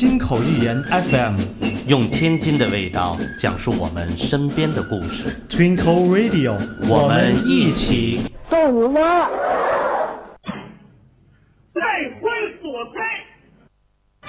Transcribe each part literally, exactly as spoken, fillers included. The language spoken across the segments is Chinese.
津口语言 F M， 用天津的味道讲述我们身边的故事。 Twinkle Radio， 我们一起动了。 再婚所猜。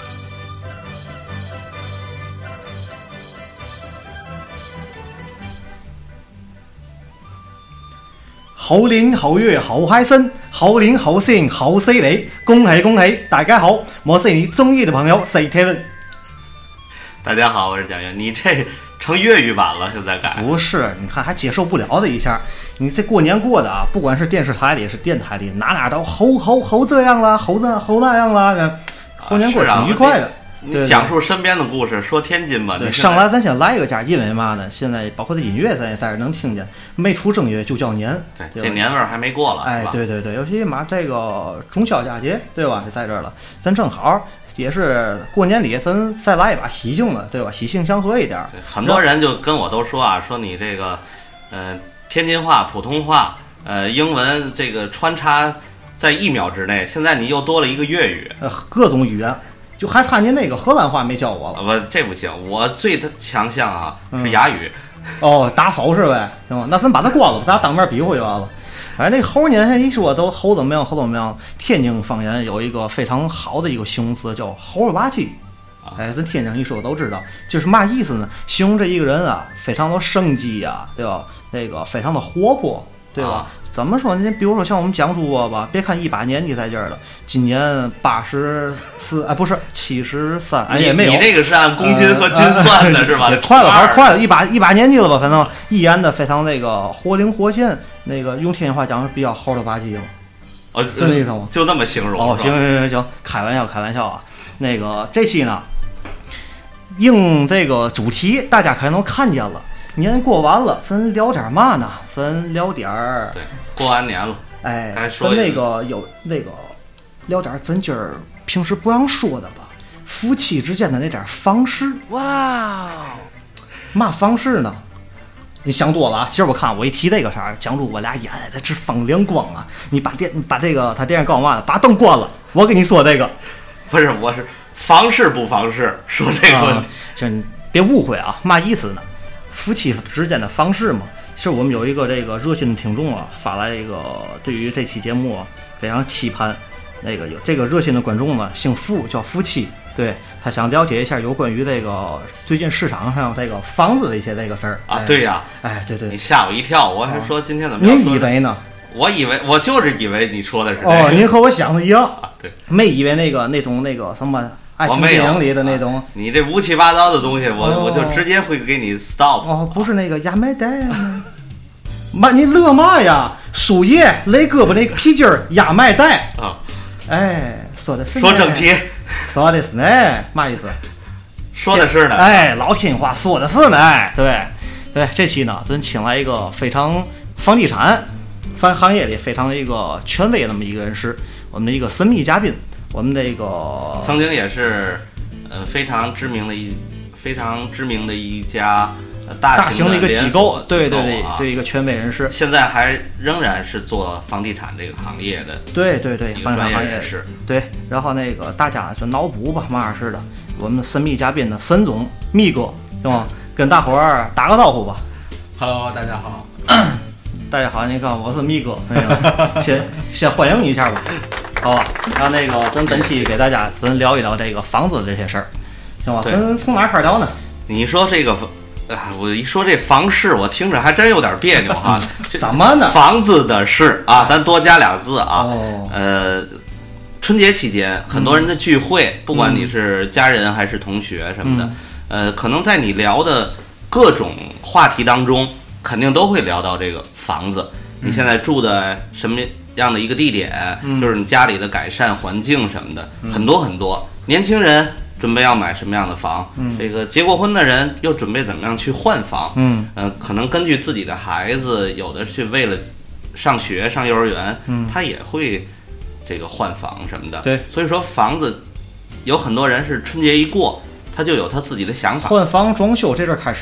好年好月好開心，好年好聲好犀利，恭喜恭喜！大家好，我是你中意的朋友 Say Kevin。 大家好，我是蒋元。你这成粤语版了，现在改？ 不是，你看还接受不了的一下。你这过年过的啊，不管是电视台里是电台里，哪哪都吼吼吼这样啦，吼这吼那样啦，过年过挺愉快的。 你讲述身边的故事，说天津吧。 对，上来咱先来一个价，因为嘛呢？现在包括这音乐咱也在这能听见，没出正月就叫年， 对，这年味儿还没过了， 哎，对对对，尤其嘛这个中秋佳节，对吧？就在这儿了，咱正好也是过年里，咱再来一把喜庆的，对吧？喜庆祥和一点。 很多人就跟我都说啊，说你这个，呃，天津话、普通话、呃，英文这个穿插在一秒之内，现在你又多了一个粤语， 呃，各种语言。就还差您那个荷兰话没教我了。 不，这不行，我最的强项啊是哑语。 嗯、哦，打手是呗，行吧？那咱把它关了，咱俩当面比划就完了。反正那猴年一说都猴怎么样，猴怎么样。天津方言有一个非常好的一个形容词叫猴了吧唧。哎，咱天津一说都知道，就是嘛意思呢？形容这一个人啊，非常的生机呀、啊，对吧？那个非常的活泼，对吧？啊怎么说呢？比如说像我们讲主播吧，别看一把年纪在这儿了，今年八十四，哎，不是七十三，哎也没有。 你这个是按公斤和斤算的、呃、是吧？ 快了，还是快了，一把一把年纪了吧？反正依然的非常那个活灵活现，那个用天津话讲是比较猴了吧唧了。 哦， 是那意思吗？ 就那么形容？ 哦，行行行行，开玩笑开玩笑啊。那个这期呢，应这个主题，大家可能都看见了。年过完了，咱聊点嘛呢？咱聊点儿。 对，过完年了， 哎， 该说咱那个有那个聊点咱今儿平时不让说的吧，夫妻之间的那点方式。 哇， 嘛方式呢？你想多了啊！今儿我看我一提这个啥，讲主我俩眼这直放亮光啊！你把电把这个他电视告嘛的，把灯关了，我跟你说这个， 不是，我是方式不方式说这个问题， 就、啊、你别误会啊，嘛意思呢？夫妻之间的方式嘛，是我们有一个这个热心的听众啊，发来一个对于这期节目、啊、非常期盼。那个有这个热心的观众呢，姓付，叫夫妻，对他想了解一下有关于这个最近市场上这个房子的一些这个事儿啊。对呀、 啊，哎，对对， 你吓我一跳，我还说今天怎么？ 您以为呢？ 我以为我就是以为你说的是、这个、 哦，您和我想的一样， 啊、对， 没以为那个那种那个什么。爱情电影里的那种、 啊，你这乌七八糟的东西，我、哦、我就直接会给你 stop。 哦，不是那个亚麻袋，妈，你乐嘛呀？树叶勒胳膊那个皮筋儿，亚麻袋啊！ 哎，说的是说正题， 说的是呢，嘛意思？ 说的是呢。 哎，老天津话说的是呢，对对，这期呢，咱请来一个非常房地产房行业里非常一个权威的那么一个人士，我们的一个神秘嘉宾。我们这个曾经也是，呃，非常知名的一非常知名的一家大型的一个机构，对对对， 啊、 对一个权威人士， 现在还仍然是做房地产这个行业的， 对对对，房地产行业是， 对。然后那个大家就脑补吧，嘛似的。我们神秘嘉宾的沈总密哥，是吧？跟大伙儿打个招呼吧。 Hello， 大家好。 大家好，你看我是密哥，那个先先欢迎你一下吧。好吧，然后那个咱本期给大家咱聊一聊这个房子这些事儿，行吧？咱从哪开始聊呢？ 你说这个，啊，我一说这房市，我听着还真有点别扭哈。 怎么呢？ 房子的事啊，咱多加俩字啊。 哦、 呃，春节期间很多人的聚会，嗯、不管你是家人还是同学什么的，嗯、呃，可能在你聊的各种话题当中，肯定都会聊到这个房子。嗯、你现在住的什么样的一个地点， 嗯、 就是你家里的改善环境什么的， 嗯、 很多很多。年轻人准备要买什么样的房？ 嗯、 这个结过婚的人又准备怎么样去换房？ 嗯， 呃，可能根据自己的孩子，有的是为了上学上幼儿园， 嗯， 他也会这个换房什么的。 对， 所以说房子有很多人是春节一过，他就有他自己的想法。 换房装修这阵开始了。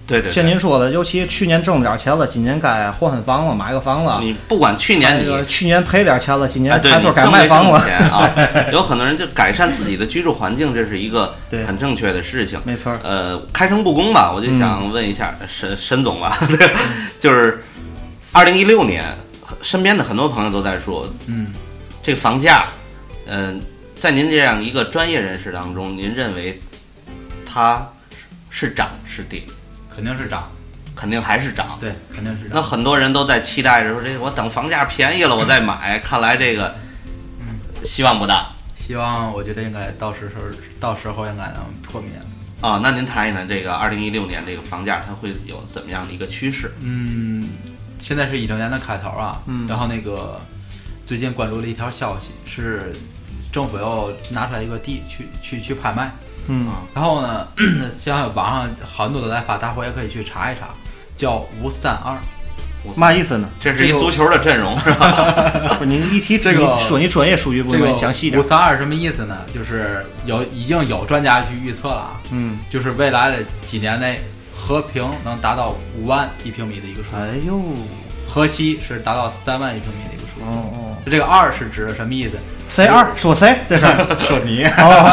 对对对， 像您说的，尤其去年挣点钱了，今年该换换房了，买个房了。 你不管去年你去年赔点钱了，今年哎，对， 抬头该卖房了。 钱啊，有很多人就改善自己的居住环境，这是一个很正确的事情。 没错。 呃，开诚布公吧，我就想问一下沈、嗯、沈总吧，就是二零一六年，身边的很多朋友都在说， 嗯， 这个房价，嗯、呃，在您这样一个专业人士当中，您认为它是涨是跌？ 肯定是涨， 肯定还是涨。 对，肯定是涨。 那很多人都在期待着说，这个我等房价便宜了我再买。看来这个，嗯，希望不大。 希望我觉得应该到时候到时候应该能破灭。 啊、哦，那您谈一谈这个二零一六年这个房价它会有怎么样的一个趋势？ 嗯，现在是一整年的开头啊， 嗯， 然后那个最近关注了一条消息，是政府要拿出来一个地去去去拍卖。 嗯， 然后呢，像网上很多都在发，大伙也可以去查一查，叫五三二， 嘛意思呢？ 这是一足球的阵容，是吧？ 不是，你一提这个， 说你专业数据部门讲细点。 五三二什么意思呢？就是有已经有专家去预测了， 嗯， 就是未来的几年内，和平能达到五万一平米的一个数字。 哎呦， 河西是达到三万一平米的一个数字。 哦哦， 这个二是指什么意思？ 谁二？说谁？这是说你。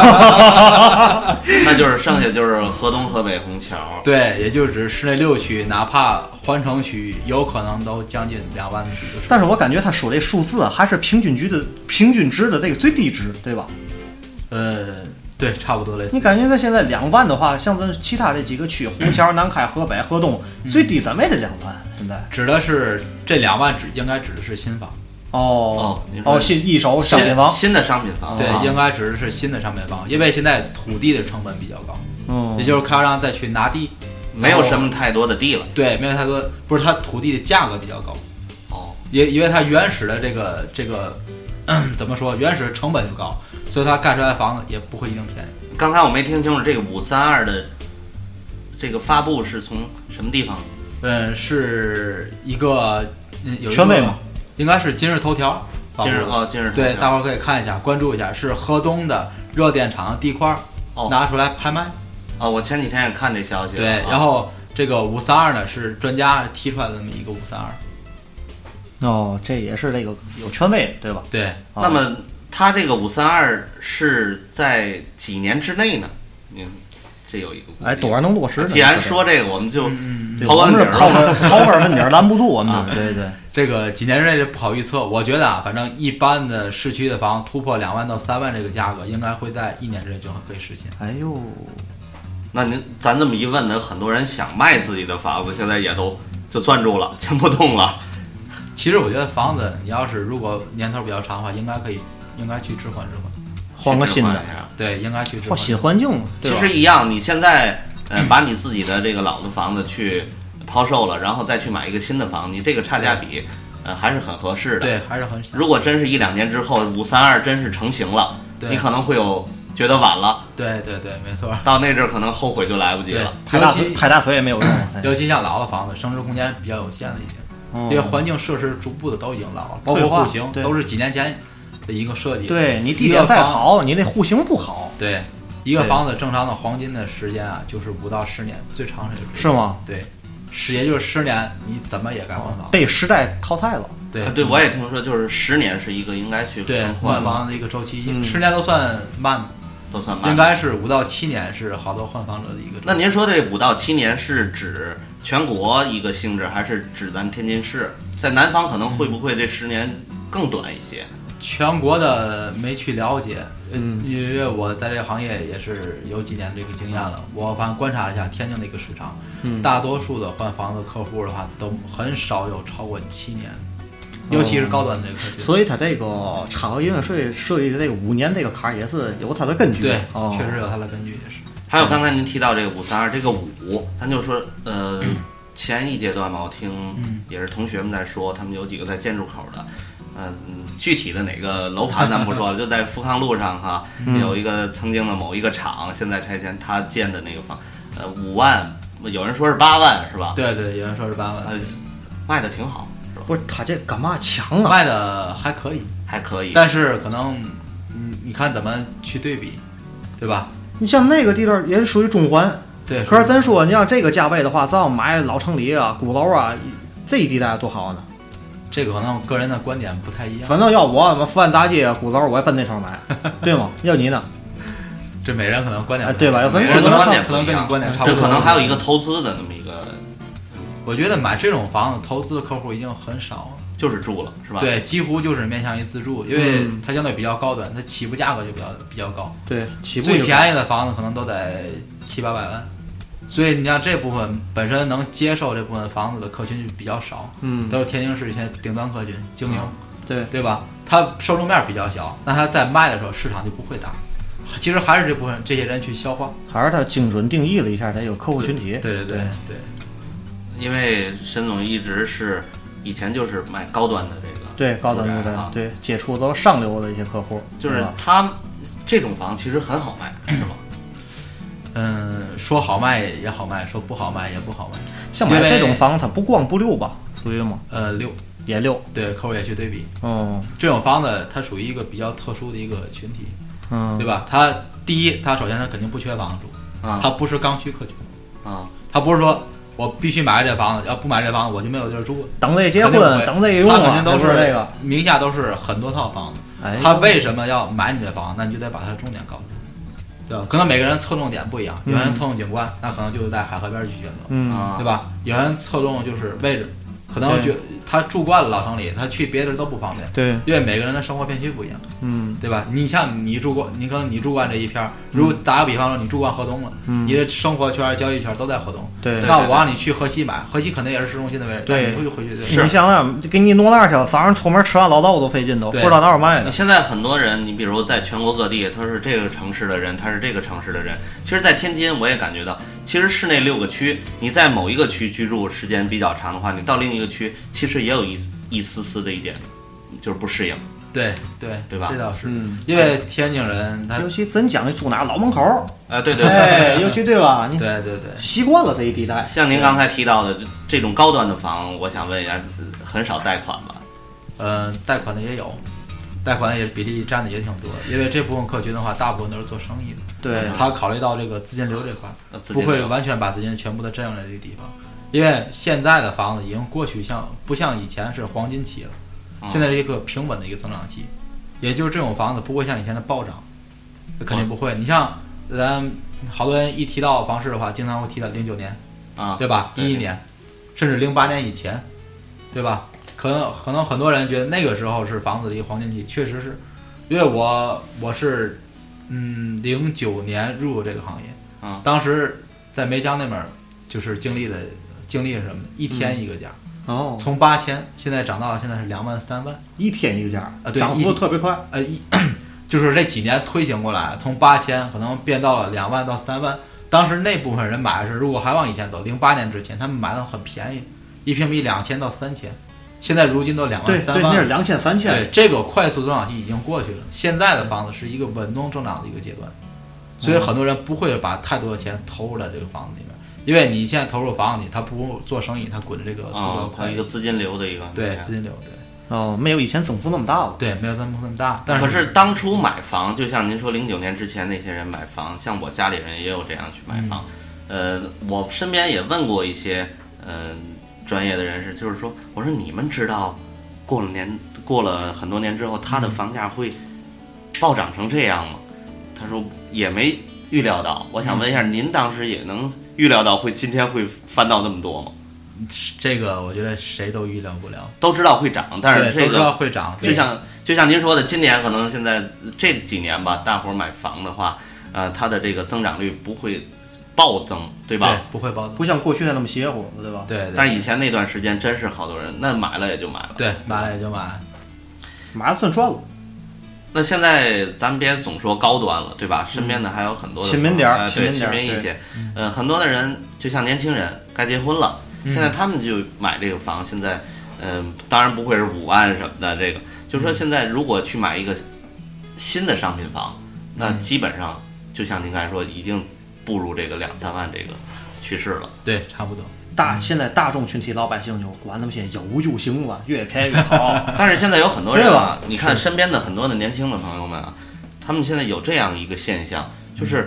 那就是剩下就是河东、河北、虹桥。 对，也就指市内六区，哪怕环城区，有可能都将近两万的这个。 但是我感觉他说这数字还是平均值的平均值的这个最低值，对吧？ 呃，对，差不多类似。 你感觉他现在两万的话，像咱其他这几个区，虹桥、南开、河北、河东，最低怎么也得两万。现在指的是这两万指应该指的是新房。 哦哦，新一手商品房， 新的商品房， 对，应该指的是新的商品房，因为现在土地的成本比较高， 嗯， 也就是开发商再去拿地， 没有什么太多的地了， 对，没有太多，不是它土地的价格比较高， 哦， 因因为它原始的这个这个、嗯、怎么说，原始成本就高，所以它盖出来的房子也不会一定便宜。 刚才我没听清楚这个五三二的这个发布是从什么地方？ 嗯，是一个嗯有一个权威吗？ 应该是今日头条， 今日哦，今日头条， 对，大伙儿可以看一下，关注一下，是河东的热电厂的地块， 哦， 拿出来拍卖。 哦，我前几天也看这消息了。 对， 啊、 然后这个五三二呢是专家提出来的这么一个五三二。 哦，这也是这个有权威，对吧？ 对。 那么它这个五三二是在几年之内呢？嗯，这有一个哎，多少能落实？ 既然说这个，我们就刨根底儿，刨根刨根问底儿，拦不住我们。对对。 这个几年之内不好预测，我觉得啊，反正一般的市区的房突破两万到三万这个价格，应该会在一年之内就可以实现。 哎呦， 那您咱这么一问呢，很多人想卖自己的房子，现在也都就攥住了，牵不动了。 其实我觉得房子，你要是如果年头比较长的话，应该可以，应该去置换置换， 换个新的。 对，应该去置换。 换新环境， 其实一样。你现在呃，把你自己的这个老的房子去抛售了，然后再去买一个新的房，你这个差价比，呃，还是很合适的。 对，还是很。 如果真是一两年之后五三二真是成型了，你可能会有觉得晚了。 对对对，没错。 到那阵儿可能后悔就来不及了。 拍大腿拍大腿也没有用。 尤其像老的房子，升值空间比较有限了，已经。这些环境设施逐步的都已经老了，包括户型都是几年前的一个设计。 对你地点再好，你那户型不好。 对，一个房子正常的黄金的时间啊，就是五到十年，最长是。 是吗？ 对，是也就是十年，你怎么也该换房。 被时代淘汰了。 对对，我也听说，就是十年是一个应该去对换房的一个周期， 嗯、 十年都算慢。 都算慢， 应该是五到七年是好多换房者的一个。 那您说这五到七年是指全国一个性质，还是指咱天津市？在南方可能会不会这十年更短一些？ 全国的没去了解， 嗯， 因为我在这个行业也是有几年这个经验了。我反正观察了一下天津的一个市场， 嗯， 大多数的换房的客户的话，都很少有超过七年。尤其是高端的这个客群， 所以它这个差额营业税设立的这个五年这个坎儿也是有它的根据。 对， 哦、 确实有它的根据，也是。 还有刚才您提到这个五三二，这个五，咱就说，呃，嗯、前一阶段嘛，我听也是同学们在说，他们有几个在建筑口的，嗯、呃，具体的哪个楼盘咱不说了，就在富康路上哈，有一个曾经的某一个厂，现在拆迁，他建的那个房，呃，五万，有人说是八万，是吧？ 对对，有人说是八万， 呃，卖的挺好。 不是他这干嘛强啊？ 卖的还可以， 还可以， 但是可能，嗯，你看怎么去对比，对吧？ 你像那个地段也是属于中环， 对。 可是咱说，你要这个价位的话，咱要买老城里啊、鼓楼啊这一地带多好呢。 这个可能个人的观点不太一样。 反正要我嘛，福安大街、鼓楼，我也奔那头买，对吗？要你呢？ 这每人可能观点、 哎、对吧？ 每人的观点可能跟你观点差不多。 这可能还有一个投资的那么一个。 我觉得买这种房子投资的客户已经很少了， 就是住了，是吧？ 对，几乎就是面向于自住，因为它相对比较高端，它起步价格就比较比较高。 对，起步最便宜的房子可能都得七八百万。所以你像这部分本身能接受这部分房子的客群就比较少， 嗯， 都是天津市一些顶端客群、精英， 嗯、对对吧？它受众面比较小，那它在卖的时候市场就不会大。其实还是这部分这些人去消化， 还是他精准定义了一下他有客户群体。 对对对对。 因为沈总一直是以前就是卖高端的这个， 对高端住宅，对接触到上流的一些客户， 就是他这种房其实很好卖，是吧？ 嗯，说好卖也好卖，说不好卖也不好卖。 像买这种房，它不光不溜吧，属于吗？ 呃，溜也溜。 对，客户也去对比。 哦， 这种房子它属于一个比较特殊的一个群体， 嗯， 对吧？它第一，它首先它肯定不缺房住， 啊， 它不是刚需客群， 啊， 它不是说我必须买这房子，要不买这房子我就没有地儿住。 等着结婚，等着用啊， 它肯定都是这个名下都是很多套房子。 哎， 他为什么要买你这房子？那你就得把它重点告诉他。对吧？可能每个人侧重点不一样，有人侧重景观，嗯、那可能就是在海河边去选择， 嗯， 对吧？有人侧重就是位置，可能觉他住惯了老城里，他去别的地儿都不方便， 对， 因为每个人的生活片区不一样， 嗯， 对吧？你像你住过，你可能你住惯这一片，如果打个比方说你住惯河东了， 嗯， 你的生活圈、交易圈都在河东， 对， 那我让你去河西买，河西肯定也是市中心的位置， 对， 你会就回去对。 你想想，给你挪那儿去，早上出门吃完老豆都费劲，都不知道哪儿卖的。 现在很多人，你比如在全国各地，他是这个城市的人，他是这个城市的人。其实，在天津我也感觉到，其实市内六个区，你在某一个区居住时间比较长的话，你到另一个区，其实也有一一丝丝的一点，就是不适应。 对对对吧？ 这倒是， 嗯， 因为天津人他尤其真讲究住哪老门口， 啊，对对对， 哎，尤其对吧？你对对对， 习惯了这一地带。 像您刚才提到的这种高端的房，我想问一下，很少贷款吧？ 呃，贷款的也有，贷款的也比例占的也挺多，因为这部分客群的话，大部分都是做生意的， 对， 他考虑到这个资金流这块，不会完全把资金全部的占用在这个地方，因为现在的房子已经过去像不像以前是黄金期了。现在是一个平稳的一个增长期，也就是这种房子不会像以前的暴涨，肯定不会。你像咱好多人一提到房市的话，经常会提到零九年， 啊， 对吧？一一年，甚至零八年以前，对吧？可能可能很多人觉得那个时候是房子的一个黄金期，确实是，因为我我是嗯零九年入入这个行业， 啊， 当时在梅江那边就是经历的经历是什么？一天一个价。嗯哦， 从八千现在涨到现在是两万三万， 一天一个价啊， 涨幅特别快。 呃，一就是这几年推行过来，从八千可能变到了两万到三万。当时那部分人买的是，如果还往以前走，零八年之前他们买的很便宜，一平米两千到三千，现在如今都两万三万。 对对，那是两千三千。 对，这个快速增长期已经过去了，现在的房子是一个稳中增长的一个阶段，所以很多人不会把太多的钱投入在这个房子里面。因为你现在投入房子里，他不做生意，他滚的这个速度快、 哦、一个资金流的一个对资金流对哦，没有以前增幅那么大了， 对，没有增幅那么大。但是可是当初买房，就像您说零九年之前那些人买房，像我家里人也有这样去买房，嗯、呃，我身边也问过一些呃专业的人士，就是说，我说你们知道过了年过了很多年之后，它的房价会暴涨成这样吗？他说也没预料到。我想问一下， 嗯、 您当时也能预料到会今天会翻到那么多吗？ 这个我觉得谁都预料不了， 都知道会涨，但是这个都知道会涨， 就像就像您说的，今年可能现在这几年吧，大伙儿买房的话，呃，它的这个增长率不会暴增，对吧？ 对，不会暴增， 不像过去那么邪乎，对吧？ 对, 对。 但是以前那段时间真是好多人，那买了也就买了， 对，买了也就买了， 买了算赚了。 那现在咱别总说高端了，对吧？身边的还有很多的亲民点儿， 呃、对，亲民一些。呃，很多的人就像年轻人该结婚了， 嗯、 现在他们就买这个房。现在，嗯、呃，当然不会是五万什么的，这个就是说现在如果去买一个新的商品房，那基本上就像您刚才说，已经步入这个两三万这个趋势了。 对，差不多。 大现在大众群体老百姓就管那么些有就行了，越便宜越好。 但是现在有很多人啊，你看身边的很多的年轻的朋友们啊，他们现在有这样一个现象，就是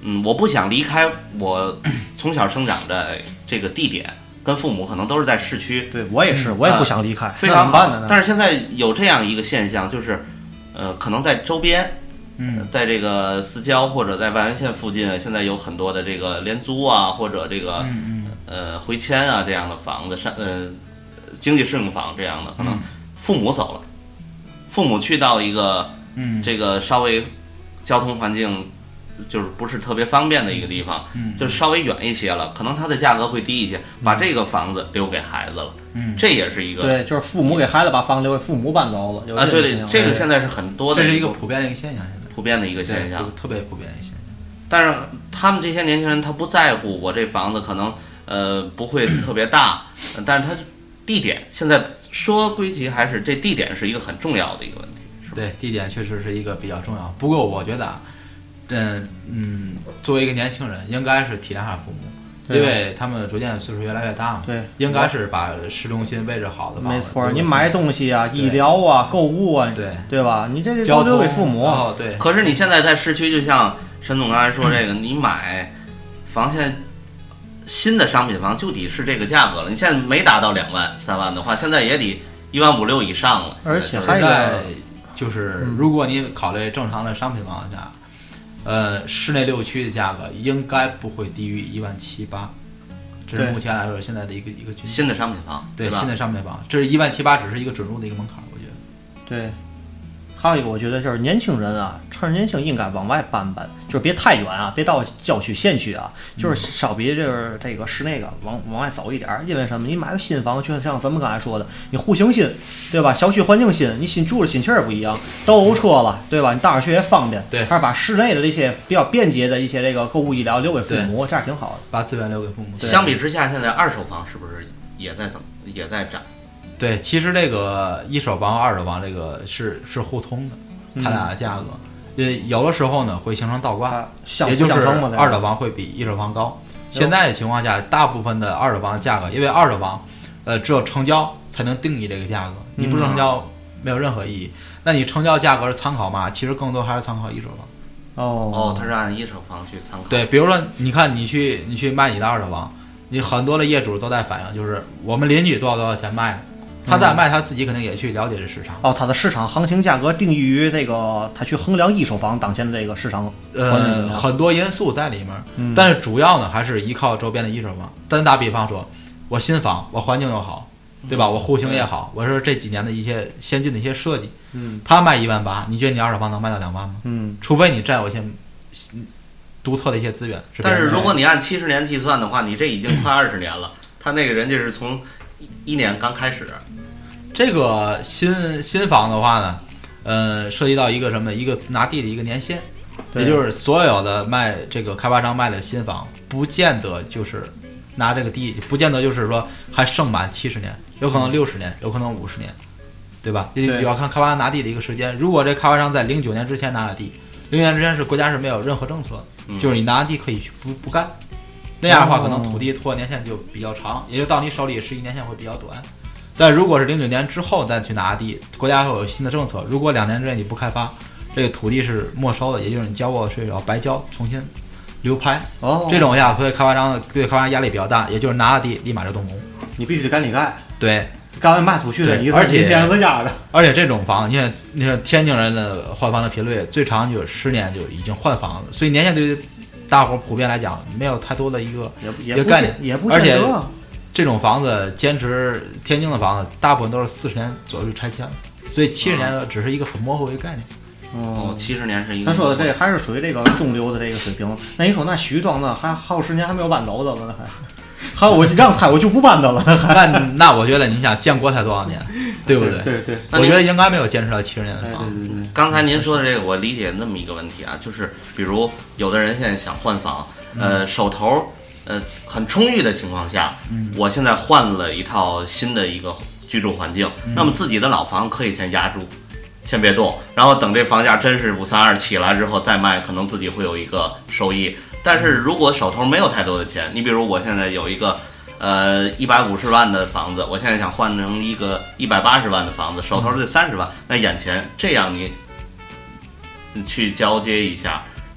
嗯，我不想离开我从小生长的这个地点，跟父母可能都是在市区。 对我也是，我也不想离开， 非常好。呢但是现在有这样一个现象，就是呃，可能在周边。 嗯， 在这个四郊或者在外环线附近，现在有很多的这个廉租啊，或者这个、 嗯、 呃回迁啊这样的房子，上呃经济适用房这样的，可能父母走了，父母去到一个嗯这个稍微交通环境就是不是特别方便的一个地方， 嗯， 就稍微远一些了，可能它的价格会低一些，把这个房子留给孩子了， 嗯， 这也是一个对，就是父母给孩子把房留给父母搬走了，有啊，对对，这个现现在是很多的， 这是一个普遍的一个现象，现在。 普遍的一个现象， 特别普遍的现象。 但是他们这些年轻人他不在乎我这房子可能呃不会特别大，但是他地点现在说归结还是这地点是一个很重要的一个问题。 对，地点确实是一个比较重要。不过我觉得，嗯嗯，作为一个年轻人，应该是体谅下父母，因为他们逐渐岁数越来越大嘛。 对， 应该是把市中心位置好的房子。 没错，你买东西啊、医疗啊、购物啊， 对对吧？你这都留给父母。 哦，对。 可是你现在在市区，就像沈总刚才说这个，你买房现在新的商品房就得是这个价格了。你现在没达到两万、三万的话，现在也得一万五六以上了。 而且还有一个就是，如果你考虑正常的商品房价，呃，市内六区的价格应该不会低于一万七八。这是目前来说现在的一个一个均新的商品房， 对吧？ 新的商品房，这是一万七八，只是一个准入的一个门槛，我觉得。 对，还有一个我觉得就是年轻人啊，趁着年轻应该往外搬搬，就是别太远啊，别到郊区县区啊，就是稍比就是这个市内个往往外走一点。因为什么？你买个新房，就像咱们刚才说的，你户型新，对吧？小区环境新，你新住的心气儿不一样，都有车了，对吧？你到哪去也方便。 对， 还是把市内的这些比较便捷的一些这个购物医疗留给父母，这样挺好的。 把资源留给父母。 相比之下，现在二手房是不是也在怎么也在涨？ 对，其实这个一手房、二手房这个是是互通的，它俩的价格，呃、嗯，有的时候呢会形成倒挂，也就是二手房会比一手房高。现在的情况下，大部分的二手房的价格，因为二手房，呃，只有成交才能定义这个价格，你不成交没有任何意义。嗯、那你成交价格是参考嘛？其实更多还是参考一手房。 哦哦，它是按一手房去参考。 对，比如说，你看你去你去卖你的二手房，你很多的业主都在反映，就是我们邻居多少多少钱卖的。他在卖，他自己肯定也去了解这市场。 哦，他的市场行情价格定义于这个，他去衡量一手房当前的这个市场。 呃，很多因素在里面， 嗯、 但是主要呢还是依靠周边的一手房。单打比方说，我新房，我环境又好，对吧？我户型也好，我说这几年的一些先进的一些设计， 嗯， 他卖一万八，你觉得你二手房能卖到两万吗？ 嗯， 除非你占有一些独特的一些资源。是但是如果你按七十年计算的话，你这已经快二十年了。他那个人家是从一年刚开始。 这个新新房的话呢，呃，涉及到一个什么？一个拿地的一个年限，也就是所有的卖这个开发商卖的新房，不见得就是拿这个地，不见得就是说还剩满七十年，有可能六十年，有可能五十年，对吧？你要看开发商拿地的一个时间。如果这开发商在零九年之前拿的地，零九年之前是国家是没有任何政策的， 嗯、 就是你拿地可以去不不干，那样的话可能土地拖年限就比较长，也就到你手里实际年限会比较短。但如果是零九年之后再去拿地，国家会有新的政策。如果两年之内你不开发，这个土地是没收的，也就是你交过的税要白交，重新流拍。 哦， 这种下，所以开发商对开发商压力比较大，也就是拿了地立马就动工， 你必须得赶紧盖。 对， 干完卖出去的，你而且这样的。 而且这种房，你看，你看天津人的换房的频率最长就是十年就已经换房了，所以年限对于大伙普遍来讲没有太多的一个一个概念， 也不而且。这种房子坚持天津的房子，大部分都是四十年左右就拆迁了，所以七十年只是一个很模糊的一个概念。 哦，七十年是一个。 他说的这还是属于这个中流的这个水平。那你说那许庄呢？还还有十年还没有搬走的了，还还有我让拆我就不搬的了。 那那我觉得你想建国才多少年，对不对？ 对对。 我觉得应该没有坚持到七十年的房。 对对对。 刚才您说的这个，我理解那么一个问题啊，就是比如有的人现在想换房，呃，手头。呃，很充裕的情况下， 嗯， 我现在换了一套新的一个居住环境， 嗯、 那么自己的老房可以先压住，先别动，然后等这房价真是五三二起来之后再卖，可能自己会有一个收益。但是如果手头没有太多的钱，你比如我现在有一个呃一百五十万的房子，我现在想换成一个一百八十万的房子，手头得三十万，那眼前这样你你去交接一下。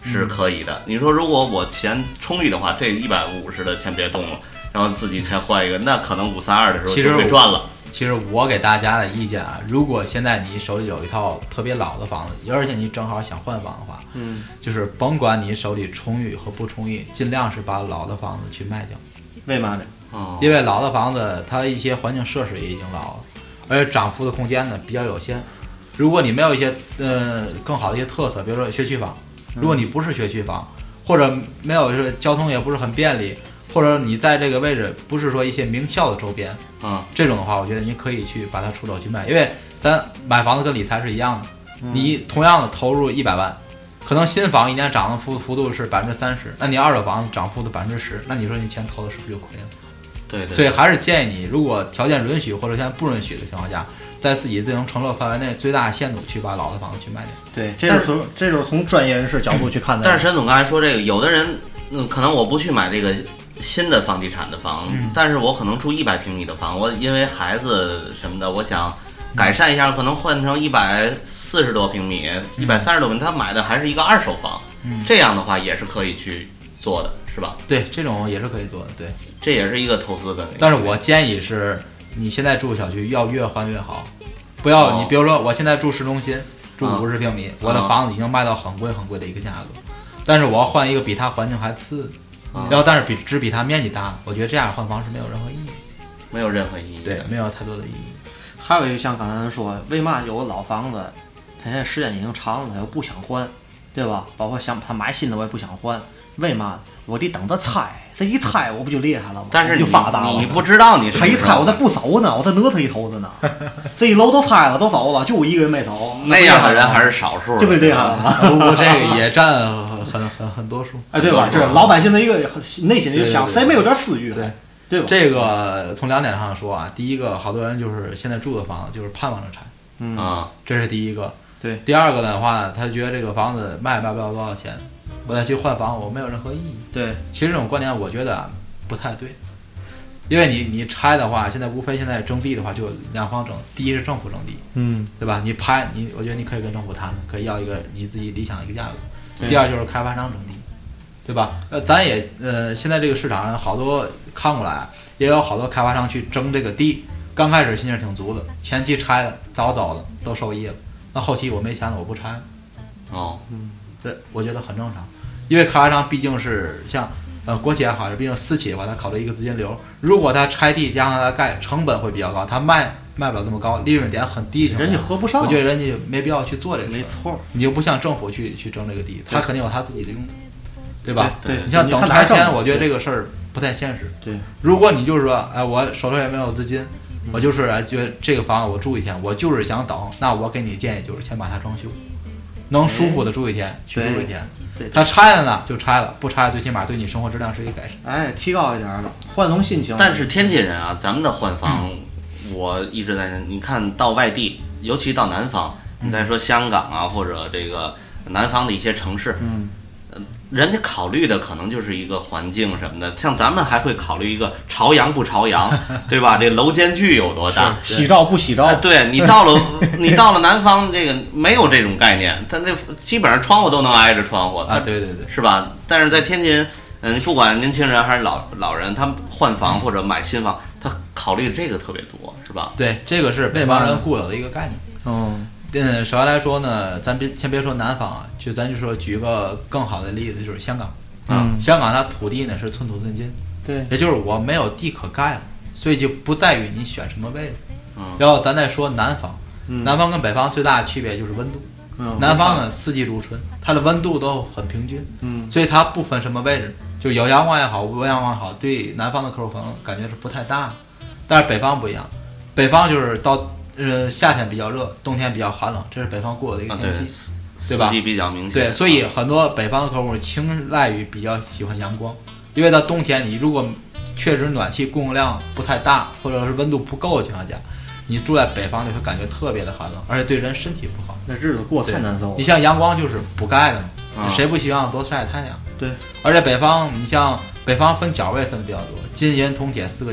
是可以的。嗯、你说如果我钱充裕的话，这一百五十的钱别动了，然后自己钱换一个，那可能五三二的时候就会赚了。 其实我给大家的意见啊，如果现在你手里有一套特别老的房子，而且你正好想换房的话， 嗯， 就是甭管你手里充裕和不充裕，尽量是把老的房子去卖掉。 为嘛呢？ 哦， 因为老的房子它一些环境设施也已经老了，而且涨幅的空间呢比较有限。如果你没有一些呃更好的一些特色，比如说学区房，如果你不是学区房，或者没有就是交通也不是很便利，或者你在这个位置不是说一些名校的周边， 嗯， 这种的话，我觉得你可以去把它出手去卖，因为咱买房子跟理财是一样的， 嗯、 你同样的投入一百万，可能新房一年涨的幅幅度是百分之三十，那你二手房涨幅度百分之十，那你说你钱投的是不是就亏了？ 对, 对, 对， 所以还是建议你，如果条件允许或者现在不允许的情况下，在自己最能承受范围内最大限度去把老的房子去卖掉。 对，这就是从这就是从专业人士角度去看的。 但是沈总刚才说这个，有的人嗯，可能我不去买这个新的房地产的房， 嗯、 但是我可能住一百平米的房，我因为孩子什么的，我想改善一下，可能换成一百四十多平米、一百三十多平米，他买的还是一个二手房， 嗯， 这样的话也是可以去做的，是吧？ 对，这种也是可以做的，对， 这也是一个投资的。 但是我建议是，你现在住小区要越换越好，不要、哦、你比如说我现在住市中心，住五十平米、嗯，我的房子已经卖到很贵很贵的一个价格，但是我要换一个比它环境还次。然后，但是比只比它面积大，我觉得这样换房是没有任何意义， 没有任何意义， 对，没有太多的意义。 还有一个像刚才说，为嘛有个老房子，他现在时间已经长了，他又不想换，对吧？包括想他买新的，我也不想换，为嘛？我得等他拆，这一拆我不就厉害了吗？ 但是就发达了。 你不知道你是他一拆，我再不走呢，我再讹他一头子呢。这一楼都拆了，都走了，就我一个人没走。 那样的人还是少数， 这不厉害了吗？ 不过这个也占很很很多数， 哎，对吧？就是老百姓的一个内心的就想，谁没有点私欲？ 对对吧？ 这个从两点上说啊，第一个，好多人就是现在住的房子就是盼望着拆， 嗯啊， 这是第一个。 对， 第二个的话呢，他觉得这个房子卖卖不了多少钱，我再去换房，我没有任何意义。 对， 其实这种观点我觉得啊不太对，因为你你拆的话，现在无非现在征地的话就两方征，第一是政府征地， 嗯， 对吧？你拍你，我觉得你可以跟政府谈，可以要一个你自己理想的一个价格。第二就是开发商征地，对吧？呃，咱也呃，现在这个市场上好多看过来，也有好多开发商去争这个地，刚开始心情挺足的，前期拆了早早的都受益了，那后期我没钱了，我不拆。 哦， 嗯，这我觉得很正常，因为开发商毕竟是像呃国企也好，毕竟私企的话，他考虑一个资金流，如果他拆地加上他盖，成本会比较高，他卖卖不了这么高，利润点很低， 人家合不上。 我觉得人家没必要去做这个事， 没错。 你就不像政府去去争这个地，他肯定有他自己的用途，对吧？ 对， 你像等拆迁，我觉得这个事儿不太现实。 对， 如果你就是说，哎，我手头也没有资金，我就是哎觉得这个房子我住一天，我就是想等，那我给你建议就是先把它装修。能舒服的住一天，去住一天。 对， 他拆了呢就拆了，不拆最起码对你生活质量是一个改善。 哎，提高一点了，换种心情。 但是天津人啊，咱们的换房，嗯、我一直在，你看到外地，尤其到南方，你再说香港啊，或者这个南方的一些城市， 嗯。 人家考虑的可能就是一个环境什么的，像咱们还会考虑一个朝阳不朝阳，对吧？这楼间距有多大？ 喜照不喜照？ 啊、对你到了你到了南方，这个没有这种概念，它那基本上窗户都能挨着窗户啊，对对对， 是吧？但是在天津，嗯，不管年轻人还是老老人，他们换房或者买新房，他考虑这个特别多，是吧？ 对，这个是北方人固有的一个概念。 嗯。 嗯，首先来说呢，咱别先别说南方啊，就咱就说举个更好的例子，就是香港。 嗯， 香港它土地呢是寸土寸金， 对， 也就是我没有地可盖了，所以就不在于你选什么位置。 嗯， 然后咱再说南方， 嗯、 南方跟北方最大的区别就是温度。 嗯， 南方呢四季如春，它的温度都很平均， 嗯， 所以它不分什么位置，就有阳光也好，无阳光也好，对南方的客户可能感觉是不太大的。但是北方不一样，北方就是到。呃，夏天比较热，冬天比较寒冷，这是北方固有的一个天气， 啊、 对, 对吧？ 四季比较明显。 对，所以很多北方的客户青睐于比较喜欢阳光，因为到冬天你如果确实暖气供应量不太大，或者是温度不够的情况下，你住在北方就会感觉特别的寒冷，而且对人身体不好。 那日子过太难受了。 你像阳光就是补钙的嘛， 啊、 谁不希望多晒太阳？ 对。 而且北方，你像北方分角位分的比较多，金银铜铁四个角。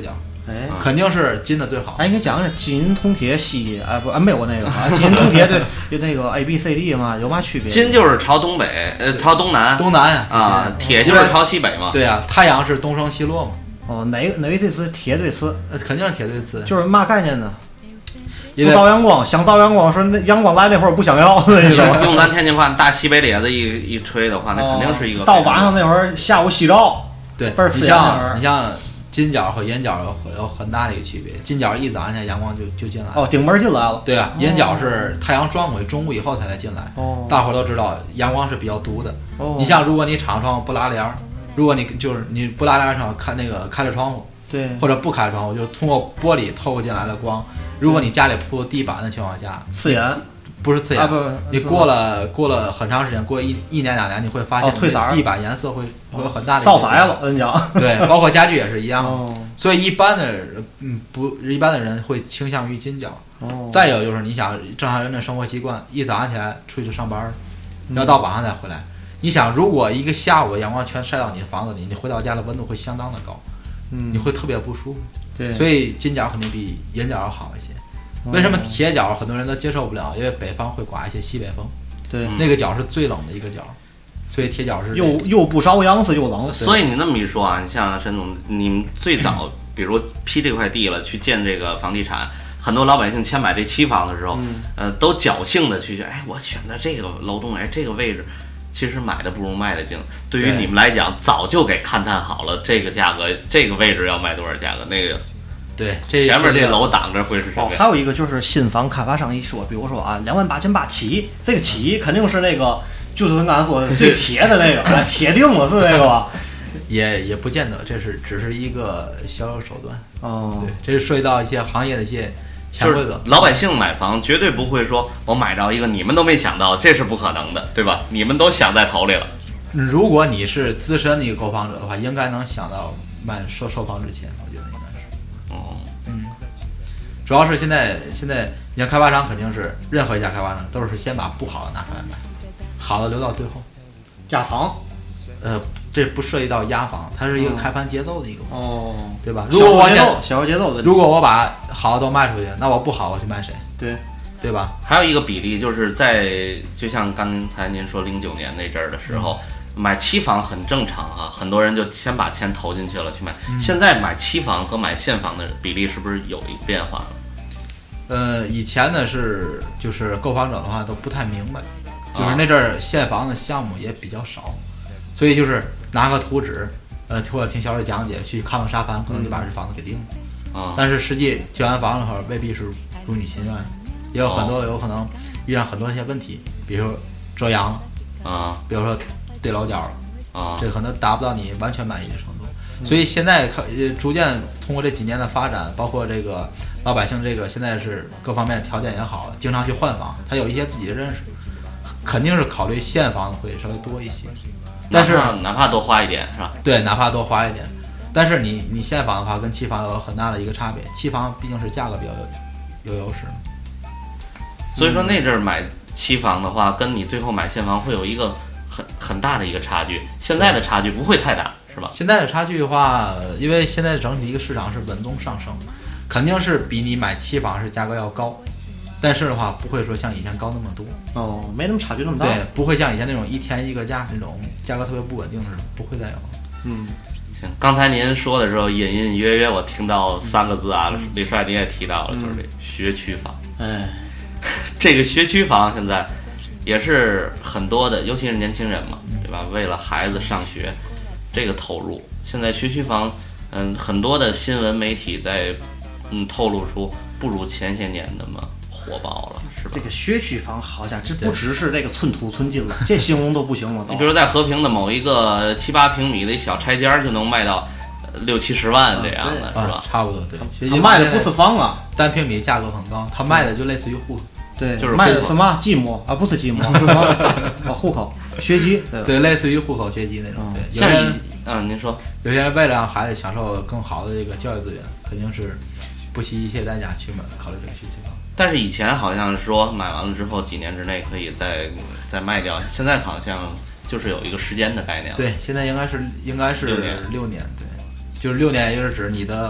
哎， 肯定是金的最好。 哎，你讲讲金银铜铁锡，哎不，啊没有那个啊，金银铜铁对，有那个 A B C D 嘛，有嘛区别？ 金就是朝东北，呃，朝东南， 东南啊，铁就是朝西北嘛。 对啊，太阳是东升西落嘛。 哦，哪个哪个对词？铁对词？ 呃，肯定是铁对词。 就是嘛概念呢？ 不照阳光，想照阳光，说那阳光来那会儿不想要，用用咱天津话，大西北咧子一一吹的话，那肯定是一个。 到晚上那会儿，下午夕照， 对， 倍儿刺眼。 你像你像金角和银角有有很大的一个区别，金角一早上天阳光就就进来了， 哦，顶门进来了。 对啊，银角是太阳撞过去，中午以后才才进来。 哦， 大伙儿都知道阳光是比较毒的。 哦， 你像如果你敞窗不拉帘儿，如果你就是你不拉帘儿上看那个开着窗户。 对， 或者不开窗户，就通过玻璃透过进来的光。如果你家里铺地板的情况下， 刺眼， 不是刺眼， 啊、不你过了过了很长时间，过一一年两年，你会发现地板颜色会、哦、会有很大的扫色了，跟你讲。 对，包括家具也是一样的。 哦、 所以一般的嗯不一般的人会倾向于金角。 哦、 再有就是你想正常人的生活习惯，一早上起来出去上班，要到晚上再回来。嗯、你想，如果一个下午阳光全晒到你的房子里，你回到家的温度会相当的高。 嗯， 你会特别不舒服， 对， 所以金角肯定比银角要好一些。 哦、 为什么铁角很多人都接受不了？因为北方会刮一些西北风， 对， 那个角是最冷的一个角，所以铁角是又又不着阳子又冷。 所以你那么一说啊，你像沈总，你们最早比如批这块地了，去建这个房地产，很多老百姓签买这期房的时候， 嗯、 呃，都侥幸的去，哎，我选的这个楼栋，哎，这个位置。其实买的不如卖的精。对于你们来讲，早就给勘探好了这个价格，这个位置要卖多少价格，那个。 对，这前面这楼挡着会是什么？ 哦，还有一个就是新房开发商一说，比如说啊，两万八千八起，这个起肯定是那个，就是咱刚才说的最铁的那个，啊、铁定了是那个吧？ 也也不见得，这是只是一个销售手段。 哦， 对，这是涉及到一些行业的一些。 就是老百姓买房绝对不会说我买着一个你们都没想到，这是不可能的，对吧？你们都想在头里了。 如果你是资深的一个购房者的话，应该能想到卖售售房之前，我觉得应该是。 哦， 嗯，主要是现在现在你像开发商肯定是任何一家开发商都是先把不好的拿出来卖，好的留到最后。 压房。 呃，这不涉及到压房，它是一个开盘节奏的一个问题， 哦， 对吧？如果我小小节奏的， 如果我把好的都卖出去，那我不好我去卖谁？ 对， 对吧？ 还有一个比例就是在，就像刚才您说零九年那阵儿的时候，嗯、买期房很正常啊，很多人就先把钱投进去了去买。嗯、现在买期房和买现房的比例是不是有一个变化了？ 呃，以前呢是就是购房者的话都不太明白，就是那阵儿现房的项目也比较少。所以就是拿个图纸，呃，或者听销售讲解，去看看沙盘，可能就把这房子给定了。 啊、嗯， 但是实际交完房的话，未必是如你心愿，也有很多、哦、有可能遇上很多一些问题，比如遮阳啊， 比如说对楼角啊， 这可能达不到你完全满意的程度。嗯、所以现在看，逐渐通过这几年的发展，包括这个老百姓这个现在是各方面条件也好了，经常去换房，他有一些自己的认识，肯定是考虑现房会稍微多一些。但是哪怕多花一点是吧？ 对，哪怕多花一点，但是你你现房的话跟期房有很大的一个差别，期房毕竟是价格比较有有优势。 所以说那阵儿买期房的话，跟你最后买现房会有一个很很大的一个差距。现在的差距不会太大，是吧？ 现在的差距的话，因为现在整体一个市场是稳中上升，肯定是比你买期房是价格要高。但是的话，不会说像以前高那么多哦，没那么差距那么大。 对，不会像以前那种一天一个价那种价格特别不稳定似的，不会再有。 嗯， 行。刚才您说的时候，隐隐约约我听到三个字啊，嗯、李帅你也提到了，就是这学区房。 哎、嗯， 这个学区房现在也是很多的，尤其是年轻人嘛，对吧？为了孩子上学，这个投入，现在学区房，嗯，很多的新闻媒体在嗯透露出不如前些年那么火爆了，是吧？ 这个学区房好像这不只是这个寸土寸金了，这形容都不行了。 你比如在和平的某一个七八平米的小拆间就能卖到六七十万这样的， 啊、 是吧、 啊？差不多，对。 他卖的不是房啊， 单平米价格很高，他卖的就类似于户口。 对， 就是卖的什么寂寞啊？不是寂寞，是什么？啊，户口学籍，对， 对，类似于户口学籍那种。 嗯、 对，有些人， 嗯，您说， 有些人为了让孩子享受更好的这个教育资源，肯定是不惜一切代价去买考虑这个学区房。 但是以前好像是说买完了之后几年之内可以再再卖掉，现在好像就是有一个时间的概念了。 对，现在应该是应该是六年， 六年，对，就是六年，也就是指你的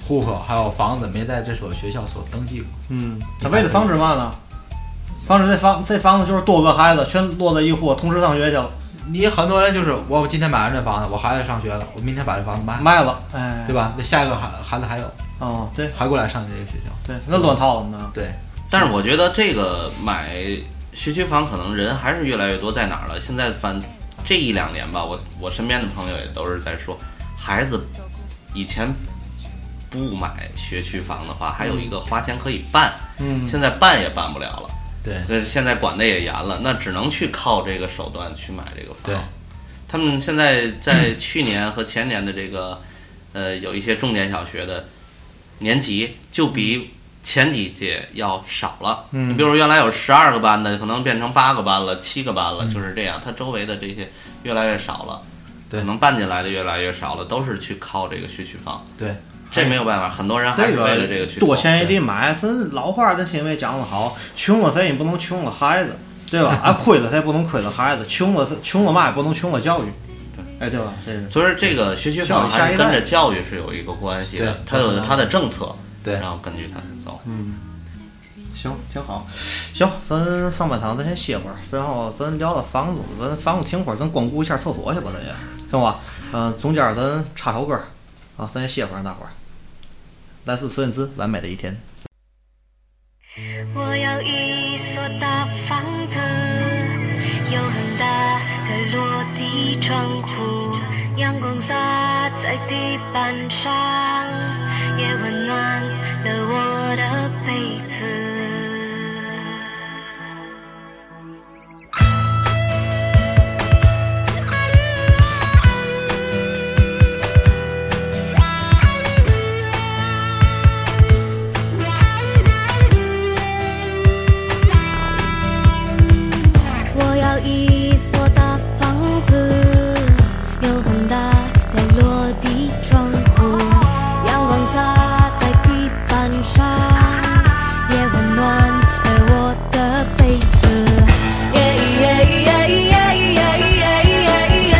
户口还有房子没在这所学校所登记过。 嗯，他为了防止嘛呢？防止这房这房子就是多个孩子全落在一户，同时上学去了。 你很多人就是我今天买完这房子，我孩子上学了，我明天把这房子卖卖了，哎， 对吧？那下一个孩孩子还有， 哦，对， 还过来上这个学校， 对，那乱套了呢。 对， 但是我觉得这个买学区房可能人还是越来越多，在哪儿了？现在反这一两年吧，我我身边的朋友也都是在说，孩子以前不买学区房的话，还有一个花钱可以办， 嗯， 现在办也办不了了。 对， 所以现在管得也严了，那只能去靠这个手段去买这个房。 对， 他们现在在去年和前年的这个，呃，有一些重点小学的年级就比前几届要少了。 嗯， 你比如原来有十二个班的，可能变成八个班了、七个班了， 嗯、 就是这样。它周围的这些越来越少了， 对， 可能办进来的越来越少了，都是去靠这个学区房。 对。 这没有办法，很多人还是为了这个去多钱也得买。咱老话咱听没讲得好，穷了谁也不能穷了孩子，对吧？啊，亏了谁不能亏了孩子，穷了穷了嘛也不能穷了教育，哎，对吧？这是。 所以这个学区房还是跟着教育是有一个关系的，它有它的政策， 对， 然后根据它走。 嗯，行，挺好。行，咱上半场咱先歇会儿，然后咱聊聊房子，咱房子停会儿，咱光顾一下厕所去吧，咱也行吧？嗯、呃，中间咱插首歌，啊，咱先歇会儿，大伙儿。来自孙燕姿《完美的一天》。 我要一所大房子，有很大的落地窗户，阳光洒在地板上，也温暖了我的被子。 一所大房子，有很大的落地窗户，阳光洒在地板上，也温暖了我的被子。耶耶耶耶耶耶耶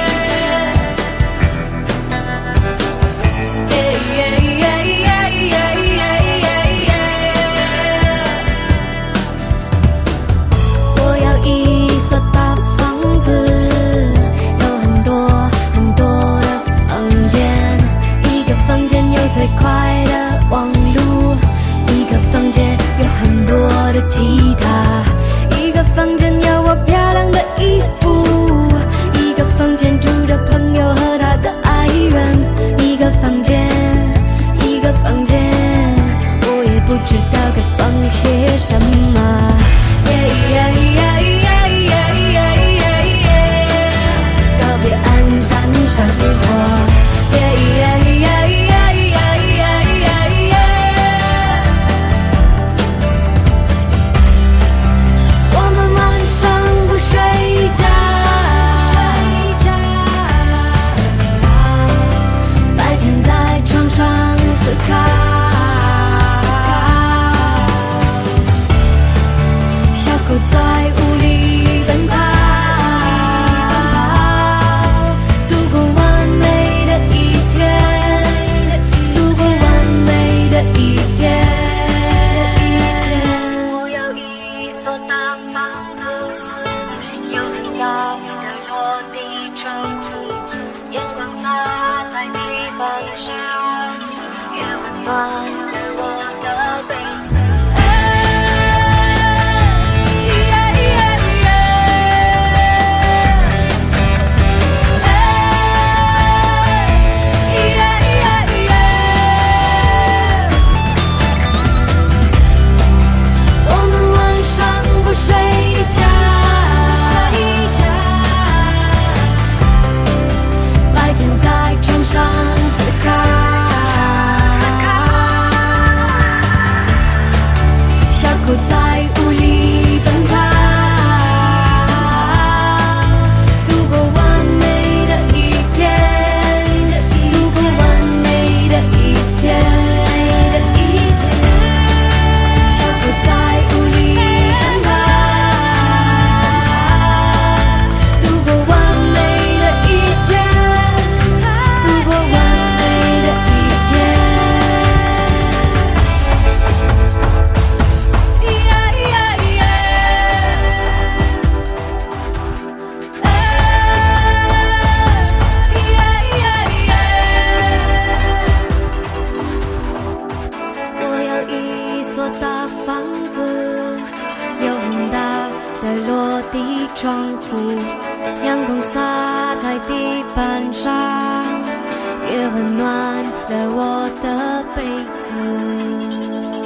我要一所大房子，有很多很多的房间，一个房间有最快的网路，一个房间有很多的吉他，一个房间有我漂亮的衣服，一个房间住着朋友和他的爱人，一个房间一个房间，我也不知道该放些什么。耶耶耶耶耶耶耶，告别黯淡生活。耶耶耶耶耶耶耶，我们晚上不睡觉，白天在床上思考。狗在屋里奔跑，度过完美的一天，度过完美的一天。我要一所大房子，有很大的落地窗户，阳光洒在地板上，也温暖了我的背子。 在地板上，也温暖了我的被子。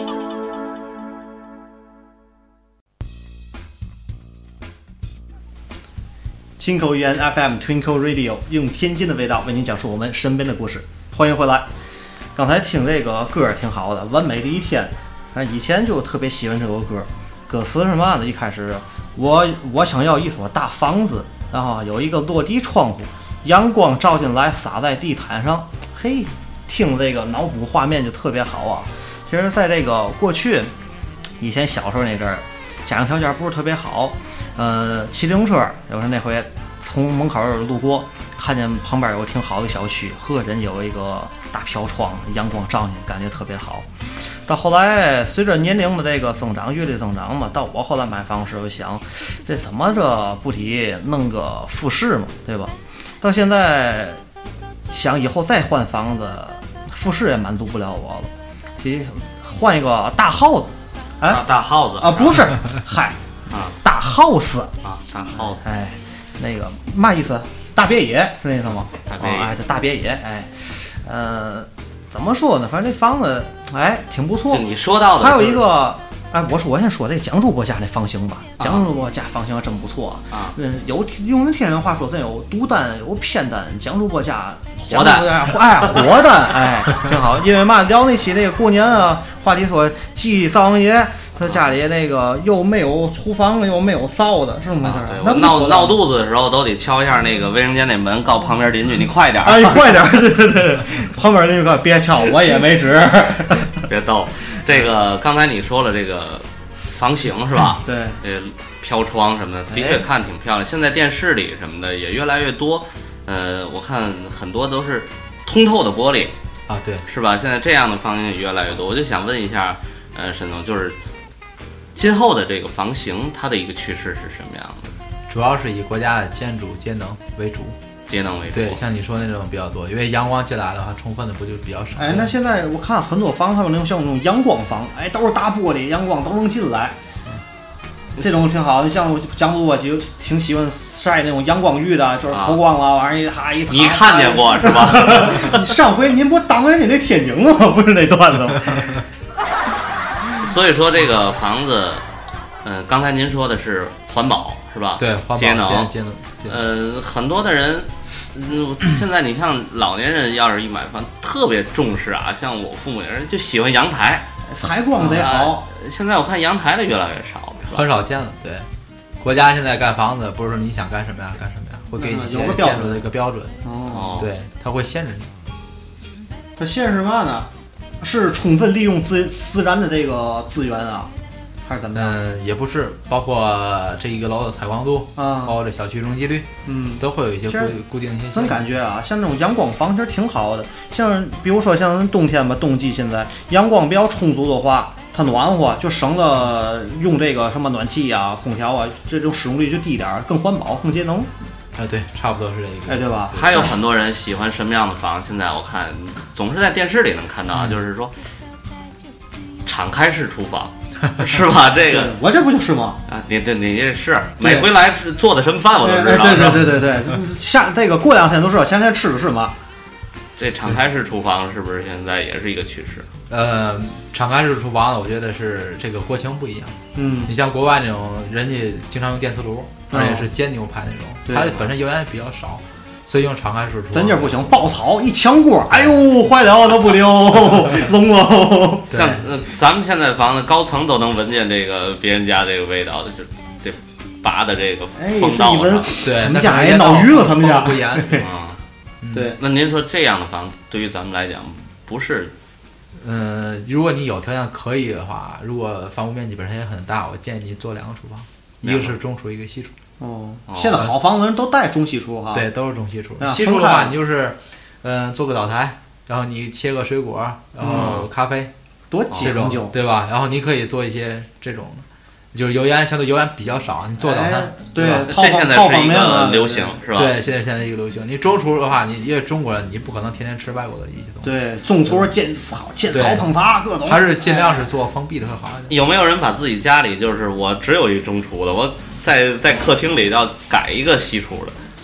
金口语言 F M Twinkle Radio 用天津的味道为您讲述我们身边的故事，欢迎回来。刚才听这个歌挺好的，完美的一天。以前就特别喜欢这首歌，歌词是嘛呢？一开始我我想要一所大房子，然后有一个落地窗户，阳光照进来洒在地毯上。嘿，听这个脑补画面就特别好啊。其实在这个过去以前小时候那阵儿，家庭条件不是特别好，呃，骑自行车有时候那回从门口路过，看见旁边有挺好的小区，呵，人有一个大飘窗，阳光照进，感觉特别好。到后来随着年龄的这个增长，阅历增长嘛，到我后来买房时，我想这怎么着不得弄个复式嘛，对吧？到现在想以后再换房子，复式也满足不了我了，所以换一个大 house， 哎， 啊、大 house 啊，不是，嗨， 啊， 大 house 啊，大 house， 哎，那个嘛意思？大别野是那意思吗？ 大别野， 哦、哎，这大别野，哎，呃，怎么说呢？反正这房子，哎，挺不错。 就你说到的、 就是，还有一个，哎，我说我先说这蒋主播家那房型吧，啊、蒋主播家房型真不错啊。 嗯，有用那天人话说，咱有独单，有偏单，蒋主播家活单， 哎，活单，哎，挺好。因为嘛，聊那期那个过年啊，话题说祭灶爷。他家里那个又没有厨房，又没有灶的，是不是？ 啊、对，闹闹肚子的时候都得敲一下那个卫生间那门，告旁边邻居你快点， 哎，你快点，对对对，旁边邻居说别敲，我也没纸， 别逗。这个刚才你说了这个房型是吧？ 对， 这飘窗什么的，的确看挺漂亮。现在电视里什么的也越来越多，呃，我看很多都是通透的玻璃啊，对， 是吧？现在这样的房型也越来越多，我就想问一下，呃，沈总，就是。今后的这个房型，它的一个趋势是什么样的？ 主要是以国家的建筑节能为主， 节能为主。 对，像你说那种比较多，因为阳光进来的话，充分的不就比较少。 哎，那现在我看很多房，他们那种像那种阳光房，哎，都是大玻璃，阳光都能进来，嗯、这种挺好的。像江主播就挺喜欢晒那种阳光浴的，就是透光了，完、啊、一哈一。 你看见过是吧？ 上回您不当人家那天津了吗？不是那段子吗？ 所以说这个房子，嗯、呃，刚才您说的是环保是吧？ 对，环保节能， 节能。 呃，很多的人，嗯，现在你像老年人，要是一买房，特别重视啊。像我父母人就喜欢阳台， 采光得好、 呃。现在我看阳台的越来越少， 很少见了。对，国家现在盖房子，不是说你想干什么呀干什么呀，会给你有个建筑的一个标准。 哦， 对，它会限制你。 它限制嘛呢？是充分利用自自然的这个资源啊，还是怎么样？ 嗯，也不是，包括这一个楼的采光度啊， 包括这小区容积率， 嗯， 都会有一些固固定的一些。 咱感觉啊，像这种阳光房其实挺好的，像比如说像冬天吧，冬季现在阳光比较充足的话，它暖和，就省了用这个什么暖气啊、空调啊，这种使用率就低点，更环保、更节能。 哎，对，差不多是这个， 哎，对吧？ 还有很多人喜欢什么样的房？现在我看总是在电视里能看到啊，嗯、就是说敞开式厨房，是吧？这个我这不就是吗？ 啊，你这你这是每回来是做的什么饭我都知道。 对对对对对，下这个过两天都知道，前天吃的是吗？ 这敞开式厨房是不是现在也是一个趋势？ 呃，敞开式厨房呢，我觉得是这个国情不一样。 嗯， 你像国外那种，人家经常用电磁炉，而且是煎牛排那种， 嗯、 它本身油烟比较少，所以用敞开式厨房。 咱这不行，爆炒一炝锅，哎呦，坏了都不溜，聋喽。 像呃，咱们现在房子高层都能闻见这个别人家这个味道的，就这拔的这个风道上。 哎、 对， 他们家也闹鱼了，他们家不严啊。对，那您说这样的房子对于咱们来讲不是？ 嗯、呃，如果你有条件可以的话，如果房屋面积本身也很大，我建议你做两个厨房，一个是中厨，一个西厨。 哦，现在好房子人都带中西厨哈。 对，都是中西厨。西厨的话，你就是，嗯、呃，做个岛台，然后你切个水果，然后咖啡， 多讲究， 对吧？然后你可以做一些这种。就是油烟相对油烟比较少，你做早餐、哎、 对吧？ 这现在是一个流行，是吧？ 对，现在现在一个流行。你中厨的话，你因为中国人，你不可能天天吃外国的一些东西。 对，中厨煎炒煎炒烹炸各种， 还是尽量是做封闭的会好一点。 有没有人把自己家里就是我只有一中厨的，我在在客厅里要改一个西厨的？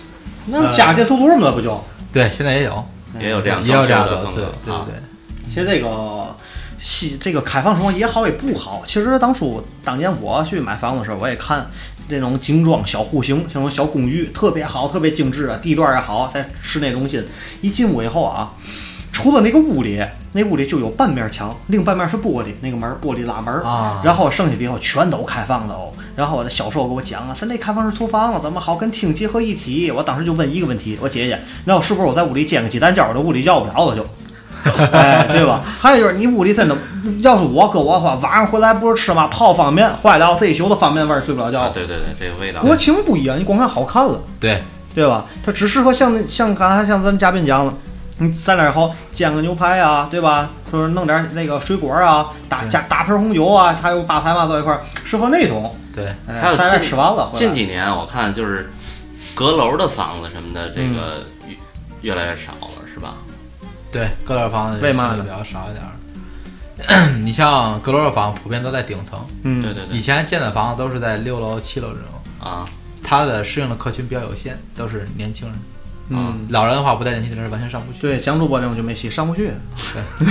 那加建速度嘛，不就？ 对，现在也有， 也有这样也有这样的对对对对。 其实这个西这个开放生活也好也不好。其实当初当年我去买房的时候，我也看这种精装小户型，像这种小公寓特别好，特别精致啊，地段也好，在室内中心。一进屋以后啊，除了那个屋里，那屋里就有半面墙，另半面是玻璃，那个门玻璃拉门啊， 然后剩下以后全都开放的哦。然后我的销售给我讲啊，咱这开放式厨房怎么好跟厅结合一体？我当时就问一个问题，我姐姐，那是不是我在屋里煎个鸡蛋饺，我这屋里要不了了就？哎，对吧？还有就是你屋里真的，要是我搁我的话，晚上回来不是吃嘛泡方便面，坏了这一宿的方便味睡不了觉、 啊。对对对，这个味道。 国情不一样，你光看好看了， 对对吧？它只适合像像刚才像咱嘉宾讲了，你咱俩以后煎个牛排啊，对吧？说是弄点那个水果啊，打加大瓶红酒啊，还有吧台嘛在一块儿，适合那种。 对， 哎、 还有咱俩吃完了。 近几年我看就是阁楼的房子什么的，这个越、嗯、越来越少了，是吧？ 对，阁楼房子为嘛比较少一点。你像阁楼的房普遍都在顶层， 嗯， 对对对。 以前建的房子都是在六楼、七楼这种啊， 它的适应的客群比较有限，都是年轻人。 嗯， 老人的话不带电梯的人完全上不去。 对，蒋主播这种就没戏，上不去。 对。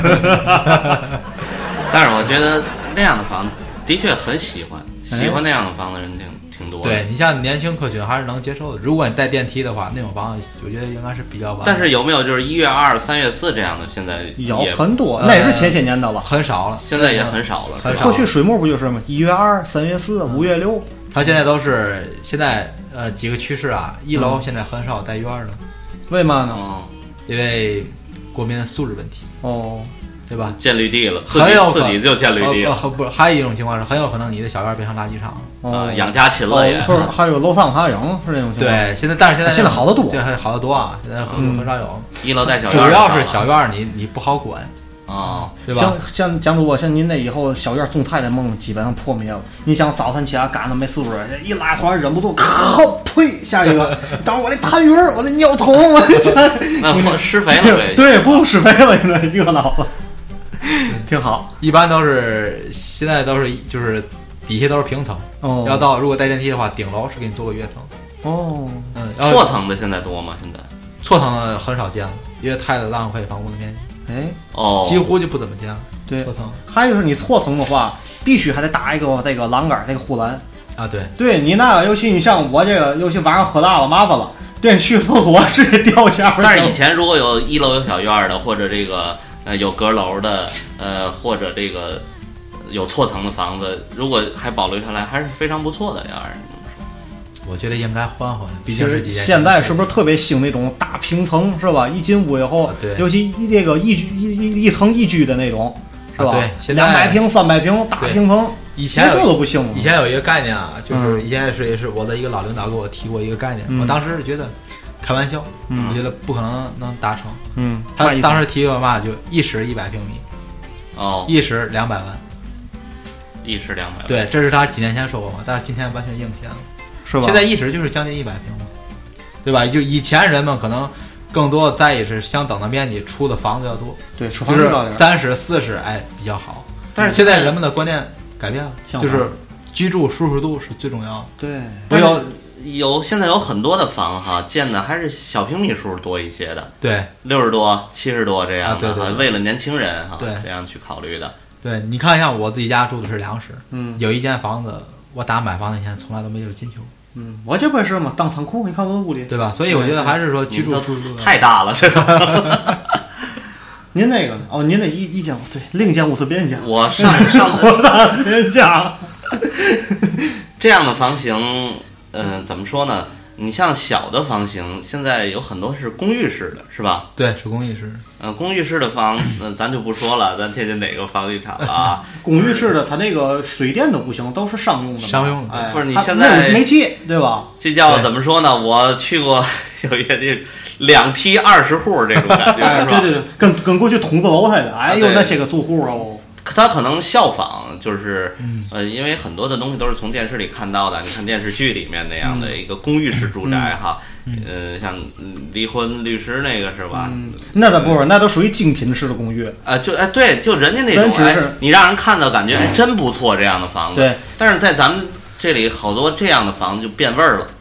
但是我觉得那样的房子的确很喜欢，喜欢那样的房子人挺挺多的。 对，你像年轻客群还是能接受的。如果你带电梯的话，那种房子我觉得应该是比较晚。 但是有没有就是一月二、三月四这样的？现在有很多，那也是前些年的了， 很少了。 现在也很少了。 很少。 过去水木不就是吗？一月二、三月四、五月六， 它现在都是现在呃几个趋势啊，一楼现在很少带院的。 为嘛呢？ 哦、 因为国民的素质问题。 哦。 对吧？ 建绿地了， 很有自己就建绿地了。 呃、不是，还有一种情况是，很有可能你的小院变成垃圾场了。 哦， 养家禽了也。 哦、不是，还有楼上还有是这种情况。 对，现在但是现在现在好得多， 现在好得多啊！现在很、嗯、很少有。 一楼带小院， 主要是小院你你不好管。 哦， 对吧？ 像像蒋主播，像您那以后小院种菜的梦基本上破灭了。你想早晨起来赶上没素质，一拉床忍不住，靠，呸，下一个，当我这痰盂，我这尿桶，我这那施肥了呗？ 对，不用施肥了，现在热闹了，挺好。 一般都是现在都是就是底下都是平层， 哦， 要到如果带电梯的话，顶楼是给你做个跃层。 哦， 嗯， 错层的现在多吗？现在错层的很少见了，因为太浪费房屋的面积。 哎， 哦， 几乎就不怎么见了。 对， 错层。 还有就是你错层的话，必须还得搭一个这个栏杆，那个护栏。 啊，对。 对你那，尤其你像我这个，尤其晚上喝大了，麻烦了，电去厕所直接掉下边。 但是以前如果有一楼有小院的，或者这个呃有阁楼的，呃或者这个有错层的房子，如果还保留下来，还是非常不错的。要按这么说， 我觉得应该换换。毕竟是现在是不是特别兴那种大平层是吧？一进屋以后， 啊、对， 尤其一这个一居一一一层一居的那种，是吧？ 啊、对，现在两百平、三百平大平层， 以前这都不行。 以前有一个概念啊，就是以前是也是我的一个老领导给我提过一个概念， 嗯、 我当时是觉得开玩笑， 嗯、 我觉得不可能能达成。 嗯， 他当时提过嘛，就一室一百平米， 哦， 一室两百万， 一室两百万。 对，这是他几年前说过嘛，但是今天完全应验了。 是吧？ 现在一室就是将近一百平嘛，对吧？就以前人们可能更多在意是相等的面积出的房子要多， 对，出就是三室四室，哎，比较好。 但是现在人们的观念改变了，就是居住舒适度是最重要的。 对， 不有有现在有很多的房哈，建的还是小平米数多一些的， 对， 六十多、七十多这样的， 啊、对对对为了年轻人哈， 对， 这样去考虑的。 对，你看像我自己家住的是两室， 嗯， 有一间房子，我打买房那天从来都没有进去过。 嗯，我这不是嘛，当仓库，你看我的屋里， 对吧？所以我觉得还是说居住舒适度太大了，这个。 您那个呢？哦，您那一一间对，另一间屋是别人家。 我上上我的别人家。 这样的房型，嗯、呃，怎么说呢？你像小的房型，现在有很多是公寓式的，是吧？ 对，是公寓式。 嗯、呃，公寓式的房，呃，咱就不说了，咱天津哪个房地产了啊？ 公寓式的，它那个水电都不行，都是商用的。 商用的， 哎， 不是你现在煤气对吧？ 这叫怎么说呢？我去过有一个地，两梯二十户这种感觉， 哎、 是吧？ 对对对，跟跟过去筒子楼似的。哎呦， 啊、 那些个住户哦。 他可能效仿，就是、 嗯、 呃，因为很多的东西都是从电视里看到的。你看电视剧里面那样的一个公寓式住宅哈， 嗯、 呃，像离婚律师那个是吧？ 嗯、那倒不是，那都属于精品式的公寓啊、呃，就哎对，就人家那种哎，你让人看到感觉哎真不错这样的房子。 对， 但是在咱们这里好多这样的房子就变味儿了。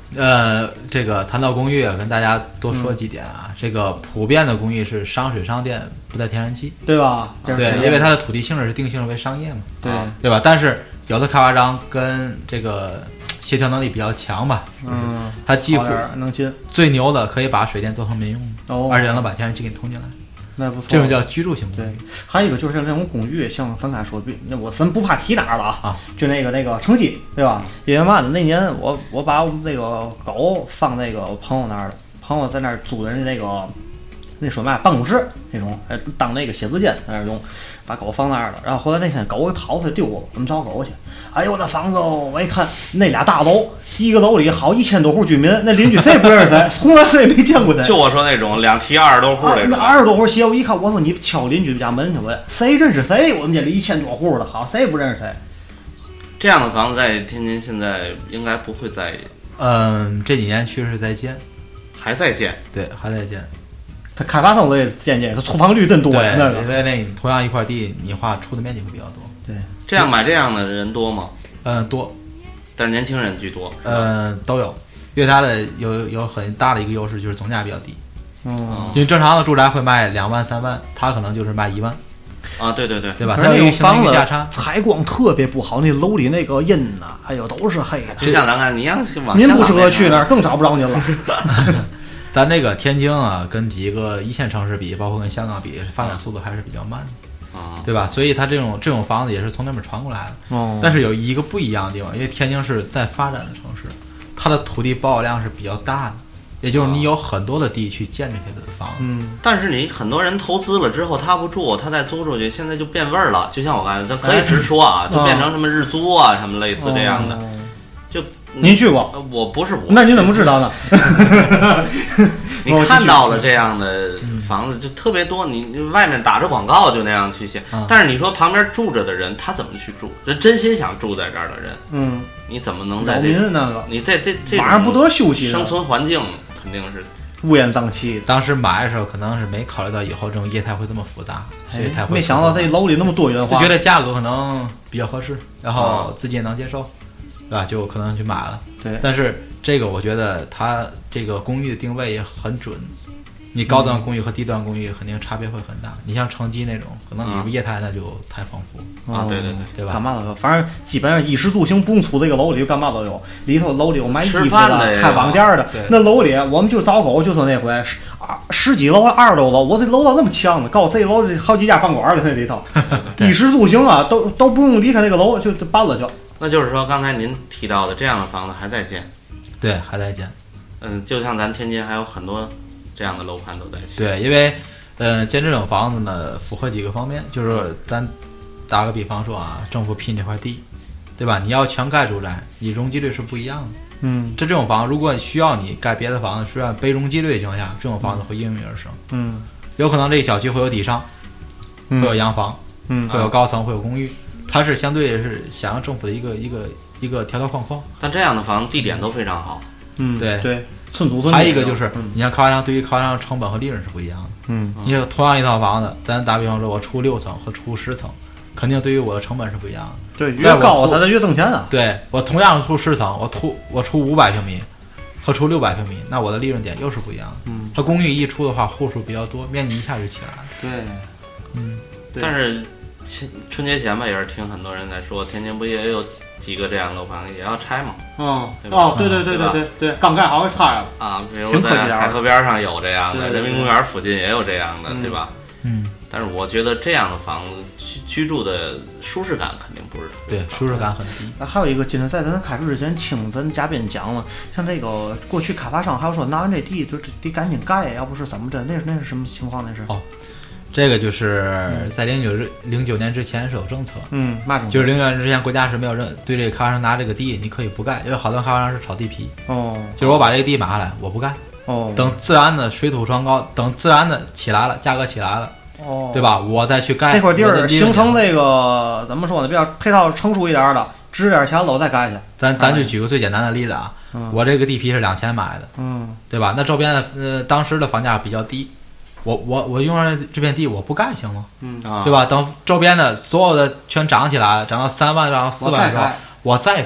呃，这个谈到公寓啊，跟大家多说几点啊。嗯、这个普遍的公寓是商水商电，不带天然气， 对吧？ 对，因为它的土地性质是定性为商业嘛， 对对吧？但是有的开发商跟这个协调能力比较强吧， 嗯， 它几乎能进最牛的可以把水电做成民用， 哦， 而且能把天然气给你通进来。 那不错， 这种叫居住型公寓。 对，还有一个就是那种公寓，像咱刚才说的，那我咱不怕提哪儿了啊， 啊就那个那个城西，对吧？因为嘛呢，那年我我把我们那个狗放那个我朋友那儿了，朋友在那儿租的那个那说嘛办公室那种，当那个写字间在那儿用，把狗放那儿了。然后后来那天狗一跑，它丢了，我们找狗去。哎呦，那房子我一看，那俩大楼，一个楼里好一千多户居民，那邻居谁也不认识谁，从来谁也没见过谁。 就我说那种两梯二十多户那种， 那二十多户鞋，我一看，我说你敲邻居家门去呗，谁认识谁？我们家里一千多户的，好，谁也不认识谁。 这样的房子在天津现在应该不会再， 嗯，这几年趋势在建， 还在建， 对，还在建。 他开发商我也渐渐，他出房率真多， 对， 那个因为那同样一块地，你画出的面积会比较多。 对， 这样买这样的人多吗？ 嗯，多， 但是年轻人居多。 嗯，都有，因为它的有有很大的一个优势就是总价比较低。 嗯， 因为正常的住宅会卖两万三万，它可能就是卖一万。 啊，对对对， 对吧？它有一个房子价差， 采光特别不好，那楼里那个阴呐，哎呦都是黑的。 就像咱看，你要往您不适合去那儿，更找不着您了。 咱这个天津啊，跟几个一线城市比，包括跟香港比，发展速度还是比较慢的， 啊， 对吧？所以它这种这种房子也是从那边传过来的。 哦。 但是有一个不一样的地方，因为天津是在发展的城市，它的土地保有量是比较大的，也就是你有很多的地去建这些的房子。 嗯。 但是你很多人投资了之后，他不住，他再租出去，现在就变味儿了。就像我刚才，咱可以直说啊，就变成什么日租啊，什么类似这样的。 哦、 就您去过？ 我不是我。 那您怎么知道呢？ 你看到了这样的房子就特别多，你你外面打着广告就那样去写， 嗯、 但是你说旁边住着的人他怎么去住？这真心想住在这儿的人， 嗯， 你怎么能在这民那个？ 你在这这晚上不得休息， 生存环境肯定是乌烟瘴气。 当时买的时候可能是没考虑到以后这种业态会这么复杂，所以才会没想到这楼里那么多元化， 就觉得价格可能比较合适，然后自己也能接受。对吧？就可能去买了。 对， 但是这个我觉得它这个公寓的定位也很准。你高端公寓和低端公寓肯定差别会很大。你像城基那种，可能你业态那就太丰富、 嗯、 啊， 对对对， 对吧？ 干嘛都有，反正基本上衣食住行不用出这个楼里，干嘛都有。里头楼里有卖衣服的、开网店的。那楼里我们就找狗，就说那回十十几楼、二十多楼，我这楼道这么强呢，告诉这楼好几家饭馆的那里头，衣食住行啊，都都不用离开那个楼就就搬了就。 那就是说，刚才您提到的这样的房子还在建， 对，还在建。 嗯，就像咱天津还有很多这样的楼盘都在建。 对，因为，呃，建这种房子呢，符合几个方面，就是咱打个比方说啊，政府批这块地，对吧？你要全盖住宅，你容积率是不一样的。 嗯， 这这种房如果需要你盖别的房子，需要背容积率的情况下，这种房子会应运而生。 嗯， 有可能这个小区会有底商， 嗯、 会有洋房， 嗯， 会有高层，会有公寓。它是相对是想要政府的一个一个一个条条框框， 但这样的房子地点都非常好。 嗯， 对对，寸土寸金。 还有一个就是， 嗯、 你像开发商对于开发商成本和利润是不一样的。 嗯， 你同样一套房子，咱打比方说，我出六层和出十层，肯定对于我的成本是不一样的。 对，越高它就越挣钱啊。 对，我同样出十层，我出我出五百平米和出六百平米，那我的利润点又是不一样的。 嗯， 它公寓一出的话，户数比较多，面积一下就起来了。 对， 嗯， 但是。春节前吧，也是听很多人在说，天津不也有几个这样的楼盘也要拆吗？ 嗯，哦，对对对对对对，刚盖好给拆了啊。比如在海河边上有这样的，人民公园附近也有这样的，对吧？ 嗯。 但是我觉得这样的房子居居住的舒适感肯定不是特别对，舒适感很低。 那还有一个，今天在咱开始之前听咱嘉宾讲了，像这个过去开发商还有说拿完这地就得赶紧盖，要不是怎么着？那是那是什么情况？那是哦。这个就是在零九零九年之前是有政策， 嗯， 就是零九年之前国家是没有任对这个开发商拿这个地，你可以不盖，因为好多开发商是炒地皮， 哦， 就是我把这个地买下来，我不盖， 哦， 等自然的水土双高，等自然的起来了，价格起来了， 哦， 对吧？我再去盖这块地儿形成那个怎么说呢？比较配套成熟一点的，值点钱了我再盖去。 咱咱就举个最简单的例子啊， 嗯、 我这个地皮是两千买的， 嗯， 对吧？那周边的呃当时的房价比较低。我我我用上这片地我不盖行吗？ 嗯， 对吧？等周边的所有的全涨起来，涨到三万，涨到四万之后，我再盖，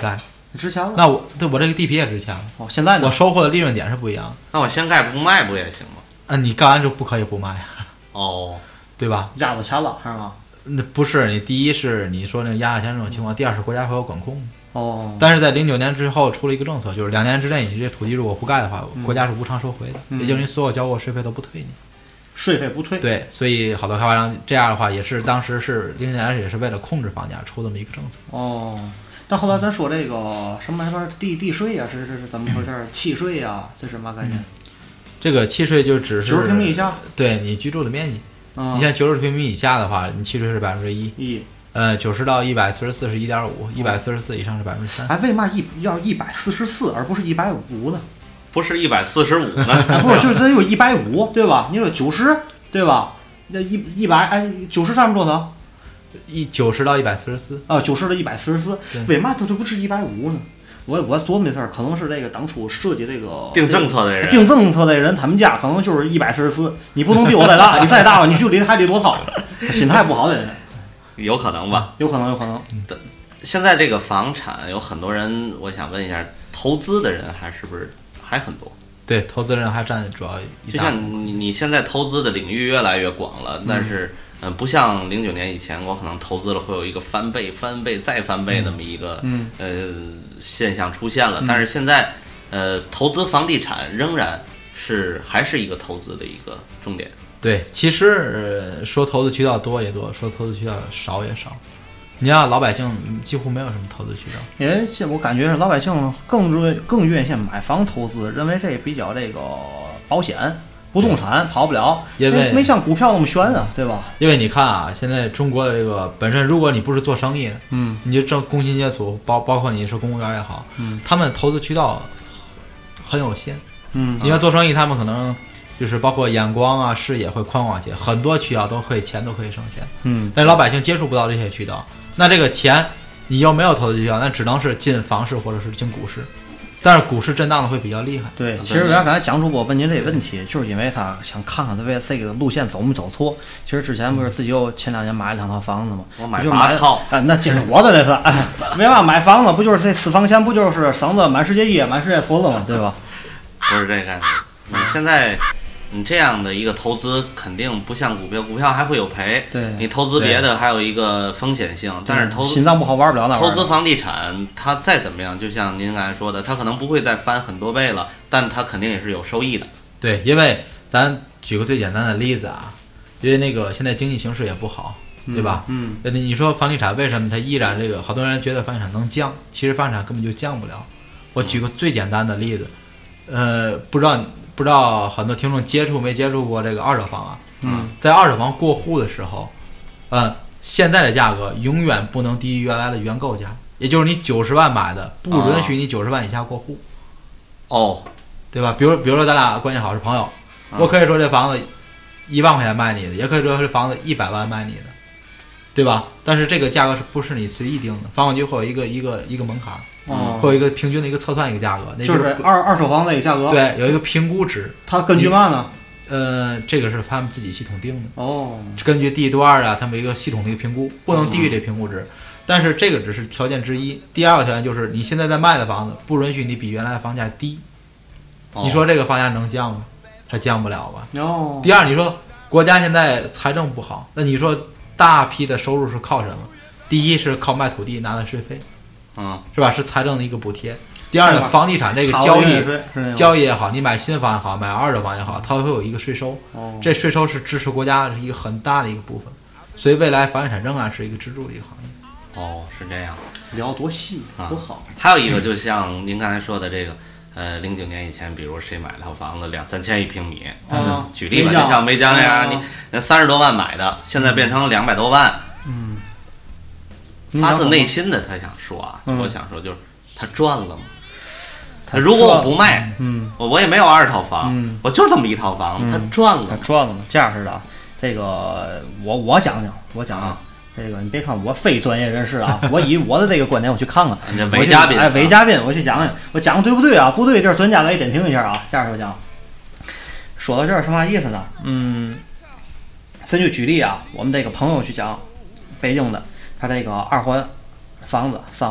值钱了。 那我对我这个地皮也值钱了。 哦，现在呢？ 我收获的利润点是不一样。 那我先盖不卖不也行吗？ 啊，你干完就不可以不卖啊。 哦， 对吧？ 压到钱了是吗？ 那不是，你第一是你说那个压价钱这种情况，第二是国家会有管控。 哦。 但是在零九年之后出了一个政策，就是两年之内你这土地如果不盖的话， 嗯、 国家是无偿收回的， 嗯、 也就是你所有交过税费都不退你。 税费不退。 对，所以好多开发商这样的话，也是当时是零九年也是为了控制房价出这么一个政策。 哦。但后来咱说这个什么什么地地税呀、啊，是是是怎么回事？嗯、契税呀、啊，这是嘛概念？ 嗯、这个契税就只是九十平米以下，对你居住的面积。 嗯、 你像九十平米以下的话，你契税是百分之一。 一。 呃，九十到一百四十四是一点五，一百四十四以上是百分之三。 哎，为嘛一要一百四十四而不是一百五呢？ 不是一百四十五呢？ 哎，不是，就是得有一百五，对吧？你说九十，对吧？那一一百，哎，九十上面多少？ 一九十到一百四十四。 啊，九十到一百四十四，为嘛它就不是一百五呢？我我琢磨这事儿，可能是这个当初设计这个定政策的人， 定政策的人，他们家可能就是一百四十四，你不能比我再大，你再大你就离还得多掏，心态不好的人。 有可能吧， 有可能，有可能。 现在这个房产有很多人，我想问一下，投资的人还是不是还很多？ 对，投资人还占主要一大。 就像你你现在投资的领域越来越广了，嗯、但是嗯、呃，不像零九年以前，我可能投资了会有一个翻倍、翻倍再翻倍那么一个、 嗯、 呃现象出现了。嗯、但是现在呃，投资房地产仍然是还是一个投资的一个重点。 对，其实、呃、说投资渠道多也多，说投资渠道少也少。你看老百姓几乎没有什么投资渠道， 因为我感觉是老百姓更愿更愿意先买房投资，认为这比较这个保险，不动产跑不了， 因为没像股票那么悬啊，对吧？ 因为你看啊，现在中国的这个本身，如果你不是做生意， 嗯， 你就正工薪阶层，包包括你是公务员也好， 嗯， 他们投资渠道很有限， 嗯， 你要做生意，他们可能。就是包括眼光啊、视野会宽广些，很多渠道都可以钱都可以省钱， 嗯， 但是老百姓接触不到这些渠道，那这个钱你又没有投资渠道，那只能是进房市或者是进股市，但是股市震荡的会比较厉害。 对，其实刚才蒋主播问您这个问题，就是因为他想看看他为这个路线走没走错。其实之前不是自己又前两年买了两套房子吗？ 我买八套， 啊，那这是我的那是，哎，为嘛买房子不就是这私房钱不就是省得满世界一满世界错了吗？对吧？ 不是这个概念，你现在。你这样的一个投资肯定不像股票，股票还会有赔。 对， 你投资别的还有一个风险性，但是投资心脏不好玩不了那玩意儿。 投资房地产，它再怎么样，就像您刚才说的，它可能不会再翻很多倍了，但它肯定也是有收益的。 对，因为咱举个最简单的例子啊，因为那个现在经济形势也不好，对吧？ 嗯。 嗯你说房地产为什么它依然这个？好多人觉得房地产能降，其实房地产根本就降不了。我举个最简单的例子，呃，不知道。不知道很多听众接触没接触过这个二手房啊？ 嗯， 在二手房过户的时候，嗯，现在的价格永远不能低于原来的原购价，也就是你九十万买的，不允许你九十万以下过户。 哦， 对吧？比如，比如说咱俩关系好是朋友， 啊、 我可以说这房子一万块钱卖你的，也可以说这房子一百万卖你的，对吧？但是这个价格是不是你随意定的？房管局会有一个一个一个门槛。 哦， 会有一个平均的一个测算一个价格，那就是二二手房的一个价格。 对，有一个评估值。 它根据嘛呢？ 呃，这个是他们自己系统定的。 哦， 根据地段啊，他们一个系统的一个评估，不能低于这评估值。嗯、但是这个只是条件之一。第二个条件就是你现在在卖的房子不允许你比原来的房价低。 哦、 你说这个房价能降吗？它降不了吧？ 哦。 第二，你说国家现在财政不好，那你说大批的收入是靠什么？第一是靠卖土地拿的税费。 嗯， 是吧？是财政的一个补贴。第二呢，房地产这个交易，交易也好，你买新房也好，买二手房也好，它会有一个税收。 哦， 这税收是支持国家，是一个很大的一个部分。所以未来房地产仍然是一个支柱的一个行业。 哦，是这样。 聊多细， 啊、 多好。 还有一个，就像您刚才说的这个，呃，零九年以前，比如谁买了套房子两三千一平米，咱们举例吧，就像梅江呀，你那三十多万买的，现在变成两百多万。 嗯。 发自内心的他想说啊， 嗯、 我想说就是他赚了吗？如果我不卖， 嗯， 我我也没有二套房， 嗯， 我就这么一套房， 嗯、 他赚了吗？ 他赚了吗？这样式的，这个我我讲讲，我讲讲、啊、这个，你别看我非专业人士啊，我以我的这个观点我去看看， 这伪嘉宾， 哎，伪嘉宾，我去讲讲，我讲的对不对啊？不对，这专家来点评一下啊。这样说讲，说到这儿什么意思呢？嗯，咱就举例啊，我们这个朋友去讲北京的。他这个二环房子三环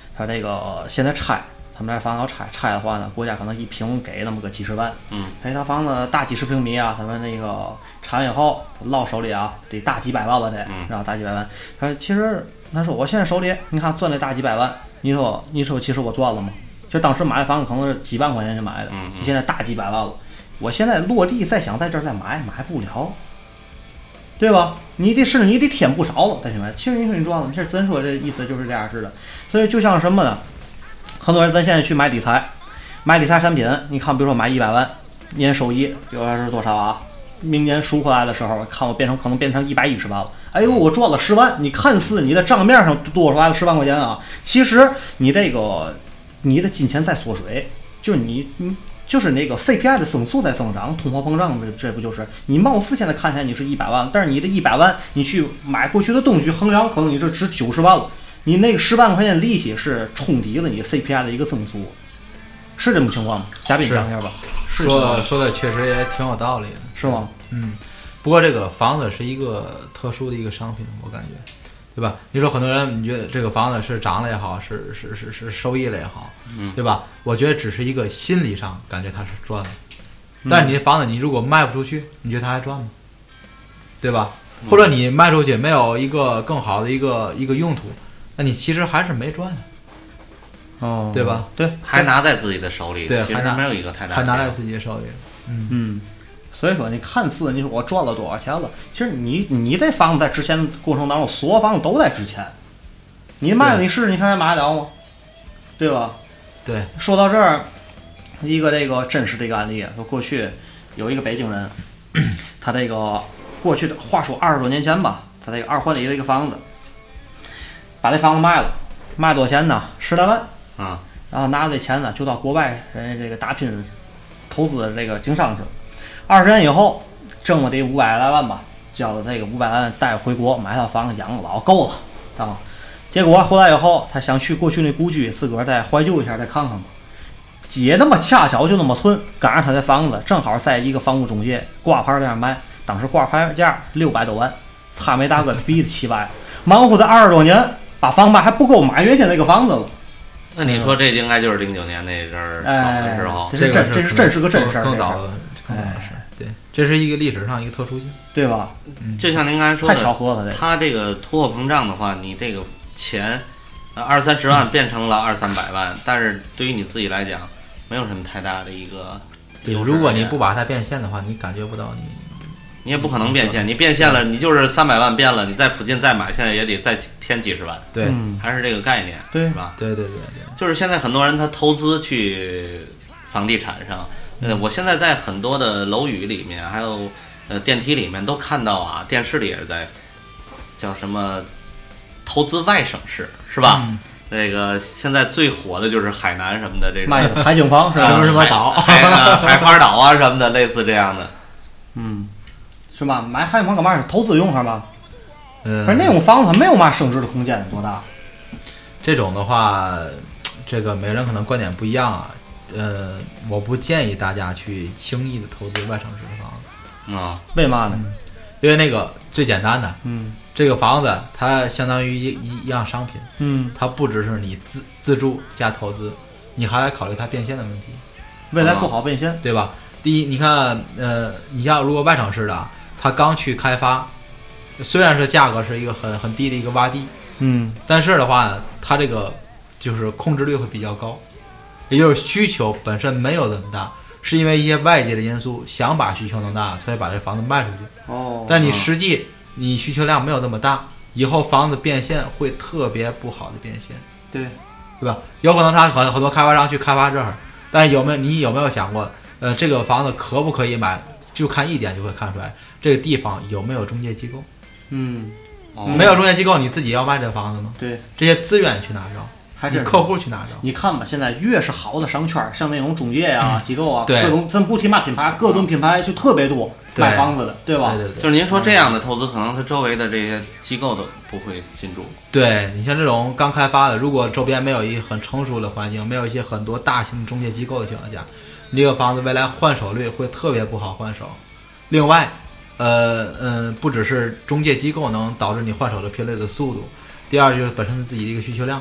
他这个现在拆，他们这房子要拆，拆的话呢，国家可能一平给那么个几十万。 嗯， 哎，他房子大几十平米啊，他们那个拆完以后落手里啊，得大几百万了得， 嗯， 然后大几百万。他说其实他说我现在手里，你看赚那大几百万，你说你说其实我赚了吗？就当时买的房子可能是几万块钱就买的， 嗯嗯， 现在大几百万了，我现在落地再想在这儿再买买不了。对吧？你得甚至你得添不少了再去买。其实你说你赚了，这咱说这意思就是这样似的。所以就像什么呢？很多人咱现在去买理财，买理财产品，你看，比如说买一百万，年收益，比如说是多少啊？明年赎回来的时候，看我变成可能变成一百一十万了。哎呦，我赚了十万！你看似你的账面上多出来了十万块钱啊，其实你这个你的金钱在缩水，就是你你。就是那个 C P I 的增速在增长，通货膨胀，这这不就是你貌似现在看起来你是一百万，但是你这一百万你去买过去的东西衡量，可能你是值九十万了，你那个十万块钱利息是冲抵了你 C P I 的一个增速，是这么情况吗？嘉宾讲一下吧。 说说的确实也挺有道理的， 是吗？ 嗯，不过这个房子是一个特殊的一个商品，我感觉。对吧？你说很多人，你觉得这个房子是涨了也好，是是是是收益了也好， 嗯， 对吧？我觉得只是一个心理上感觉它是赚了，但是你的房子你如果卖不出去，你觉得它还赚吗？对吧？或者你卖出去没有一个更好的一个一个用途，那你其实还是没赚的， 哦， 对吧？ 对， 还拿在自己的手里， 对， 其实没有一个太大的， 还拿在自己的手里，嗯嗯。所以说，你看似你说我赚了多少钱了，其实你你这房子在值钱的过程当中，所有房子都在值钱。你卖了，你试试，你看还买得了吗？对吧？ 对。 说到这儿，一个这个真实的一个案例，说过去有一个北京人，他这个过去的话说二十多年前吧，他这个二环里的一个房子，把这房子卖了，卖多少钱呢？十来万。 啊。 然后拿着这钱呢，就到国外人家这个打拼投资这个经商去了。二十年以后，挣了得五百来万吧，交了这个五百来万带回国，买套房子养老够了啊。结果回来以后，他想去过去那故居，自个儿再怀旧一下，再看看吧。也那么恰巧就那么寸，赶上他的房子正好在一个房屋中介挂牌这样卖，当时挂牌价六百多万，差没大个鼻子七百，忙活这二十多年，把房卖还不够买原先那个房子了。 那你说这应该就是零九年那阵儿早的时候， 哎、这是真这是真是个真事儿， 更早的，更早的事。对，这是一个历史上一个特殊性， 对吧？ 嗯、就像您刚才说的， 太巧合了。 它这个通货膨胀的话，你这个钱，呃，二三十万变成了二三百万，嗯、但是对于你自己来讲，没有什么太大的一个。 对，如果你不把它变现的话，你感觉不到你。 你也不可能变现，你变现了，你就是三百万变了，你在附近再买，现在也得再添几十万。 对， 嗯、 还是这个概念， 对是吧？ 对对对对， 就是现在很多人他投资去房地产上。呃，我现在在很多的楼宇里面，还有呃电梯里面都看到啊，电视里也是在叫什么投资外省市，是吧？嗯、那个现在最火的就是海南什么的这种卖海景房，是吧？ 什么什么岛、 海海海花岛啊什么的，类似这样的。 嗯，是吧？买海景房干嘛？是投资用是吧？ 嗯， 反正那种房子它没有嘛升值的空间多大。 这种的话，这个每个人可能观点不一样啊。呃，我不建议大家去轻易的投资外省市的房子啊， 为嘛呢？ 嗯？因为那个最简单的， 嗯， 这个房子它相当于一一样商品， 嗯， 它不只是你自自住加投资，你还得考虑它变现的问题， 未来不好变现， 对吧？第一，你看，呃，你像如果外省市的，它刚去开发，虽然是价格是一个很很低的一个洼地， 嗯， 但是的话呢，它这个就是控制率会比较高。也就是需求本身没有这么大，是因为一些外界的因素想把需求弄大，所以把这房子卖出去。 哦， 但你实际你需求量没有这么大，以后房子变现会特别不好的变现。 对， 对吧？有可能他很很多开发商去开发这儿，但是有没有你有没有想过，呃，这个房子可不可以买？就看一点就会看出来，这个地方有没有中介机构。 嗯， 哦、 没有中介机构，你自己要卖这个房子吗？ 对， 这些资源去哪找？ 还是客户去哪找？ 你看吧，现在越是好的商圈，像那种中介啊、嗯、机构啊， 对， 各种咱不提嘛品牌，各种品牌就特别多卖房子的，对吧？ 对对对。 就是您说这样的投资，可能它周围的这些机构都不会进驻。 对，你像这种刚开发的，如果周边没有一个很成熟的环境，没有一些很多大型中介机构的情况下，你这个房子未来换手率会特别不好换手。另外，呃嗯、呃，不只是中介机构能导致你换手的频率的速度，第二就是本身自己的一个需求量。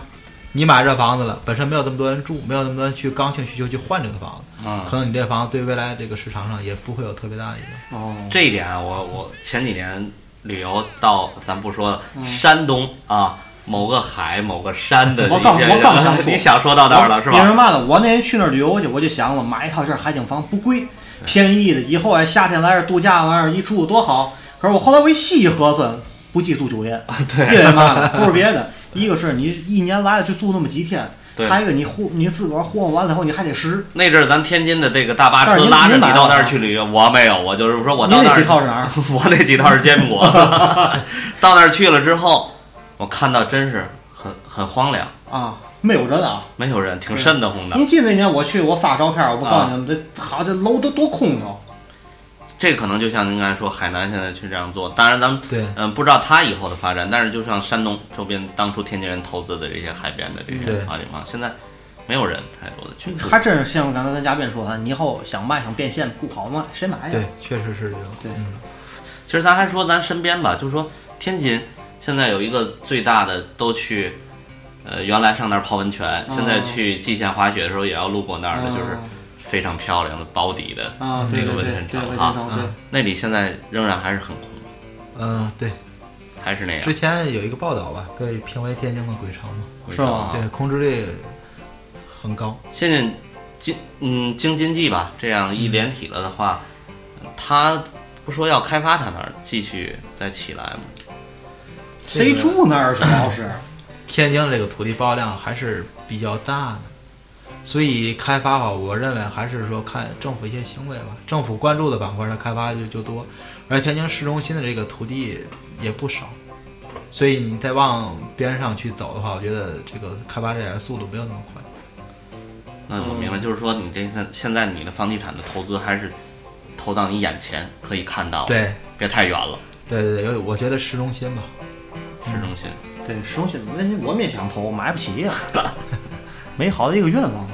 你买这房子了，本身没有这么多人住，没有那么多人去刚性需求去换这个房子， 嗯， 可能你这房子对未来这个市场上也不会有特别大的一个。 哦， 这一点啊，我我前几年旅游到，咱不说了，山东啊。某个海、某个山的， 我刚我刚想说， 你想说到那儿了是吧？ 因为嘛呢，我那天去那儿旅游去，我就想了，买一套这海景房不贵，便宜的，以后哎夏天来这度假玩意儿一住多好。可是我后来我一细核算，不计住酒店， 对， 因为嘛呢，不是别的，一个是你一年来了就住那么几天，还有一个你忽你自个儿忽悠完了以后你还得食。 那阵儿咱天津的这个大巴车拉着你到那儿去旅游，我没有，我就是说我到那儿。 你那几套是哪儿？ 我那几套是煎饼果子。到那儿去了之后，我看到真是。很很荒凉啊，没有人啊， 没有人，挺瘆得慌的。 你记得那年我去，我发照片，我不告诉你们，这好这楼都多空着。 这可能就像您刚才说，海南现在去这样做，当然咱们对， 嗯、呃，不知道它以后的发展，但是就像山东周边当初天津人投资的这些海边的这些好地方，现在没有人太多的去。 还真是像刚才咱嘉宾说的，你以后想卖想变现不好卖，谁买呀？ 对，确实是这种。 对， 嗯， 其实咱还说咱身边吧，就是说天津。现在有一个最大的都去，呃，原来上那儿泡温泉， 哦、 现在去蓟县滑雪的时候也要路过那儿的，哦、就是非常漂亮的保底的这个温泉城啊。那里现在仍然还是很空。 嗯、呃，对， 还是那样。 之前有一个报道吧，被评为天津的鬼城嘛， 是吗？ 对，空置率很高。 现在京嗯京津冀吧，这样一连体了的话，嗯、他不说要开发它那儿继续再起来吗？ 谁住那儿主要是天津这个土地保有量还是比较大的，所以开发吧，我认为还是说看政府一些行为吧，政府关注的板块它开发就就多，而天津市中心的这个土地也不少，所以你再往边上去走的话，我觉得这个开发这点速度没有那么快。 那我明白，就是说你这现在你的房地产的投资还是投到你眼前可以看到， 对， 别太远了。 对对对，我觉得市中心吧。 市中心， 对市中心，那我们也想投，买不起呀、啊，美好的一个愿望。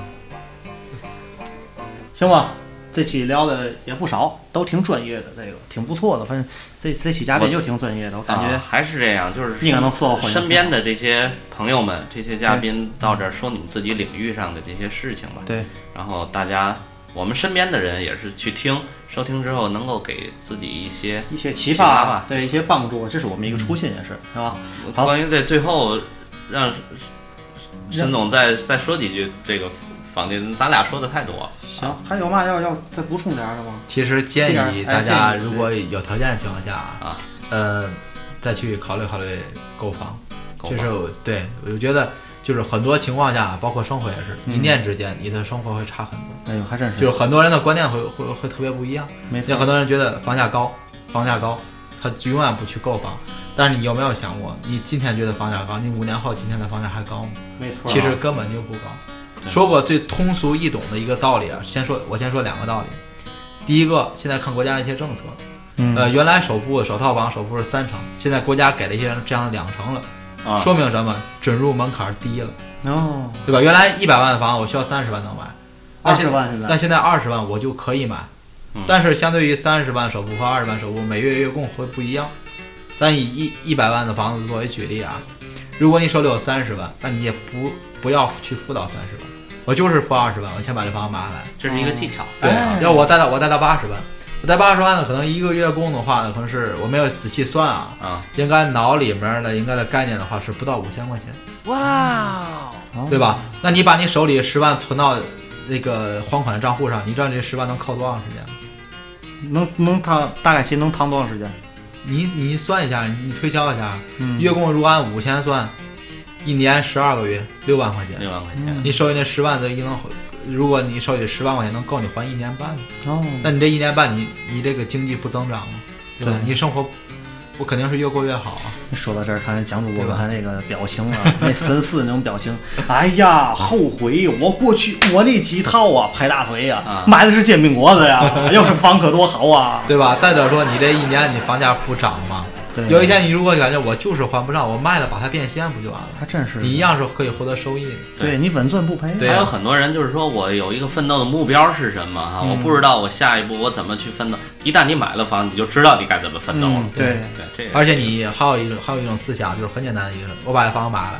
行吧，这期聊的也不少，都挺专业的，这个挺不错的。反正这这期嘉宾就挺专业的，我感觉、 啊、还是这样，就是应该能说到身边的这些朋友们、这些嘉宾到这儿说你们自己领域上的这些事情吧。 对， 然后大家，我们身边的人也是去听。收听之后能够给自己一些一些启发吧，对一些帮助，这是我们一个初心，也是，是吧？好， 关于在最后让沈总再再说几句这个房地，咱俩说的太多。 行，还有嘛要要再补充点的吗？ 其实建议大家如果有条件的情况下啊， 呃，再去考虑考虑购房。这是我对我觉得。就是很多情况下，包括生活也是，一念之间，你的生活会差很多。 哎呦，还真是。 就是很多人的观念会会会特别不一样。 没错。 有很多人觉得房价高，房价高，他永远不去购房。但是你有没有想过，你今天觉得房价高，你五年后今天的房价还高吗？ 没错。 其实根本就不高。说过最通俗易懂的一个道理啊，先说我先说两个道理。第一个，现在看国家的一些政策， 嗯、 呃，原来首付首套房首付是三成，现在国家给了一些人这样两成了。 啊、 说明什么？准入门槛低了， 哦， 对吧？原来一百万的房我需要三十万能买， 二十万现在， 那现在二十万我就可以买， 嗯、 但是相对于三十万首付和二十万首付，每月月供会不一样。咱以一一百万的房子作为举例啊，如果你手里有三十万，那你也不不要去付到三十万，我就是付二十万，我先把这房子买下来， 这是一个技巧。 对， 哎、 要我贷到我贷到八十万。我贷八十万呢，可能一个月供的话呢，可能是我没有仔细算啊， 啊， 应该脑里面的应该的概念的话是不到五千块钱， 哇， 对吧？那你把你手里十万存到那个还款的账户上，你知道你这十万能扣多长时间吗？ 能能躺大概其能躺多长时间？ 你你算一下，你推敲一下， 嗯、 月供如果按五千算，一年十二个月六万块钱， 六万块钱， 你手里那十万就一能。如果你手里十万块钱能够你还一年半， 哦， 那你这一年半你你这个经济不增长吗？对吧？对你生活我肯定是越过越好啊。 说到这儿，看蒋主播他那个表情啊，那神似那种表情，哎呀，后悔我过去我那几套啊，拍大腿呀、啊， 啊、 买的是煎饼果子呀，要是房可多好啊， 对吧？再者说，你这一年你房价不涨吗？有一天你如果感觉我就是还不上，我卖了把它变现不就完了？ 还真是， 你一样是可以获得收益的。 对, 对你稳赚不赔。 对，还有很多人就是说我有一个奋斗的目标是什么哈、嗯，我不知道我下一步我怎么去奋斗。一旦你买了房，你就知道你该怎么奋斗了。 嗯、对对，这而且你还有一种还有一种思想，就是很简单的一个，我把这房子买来，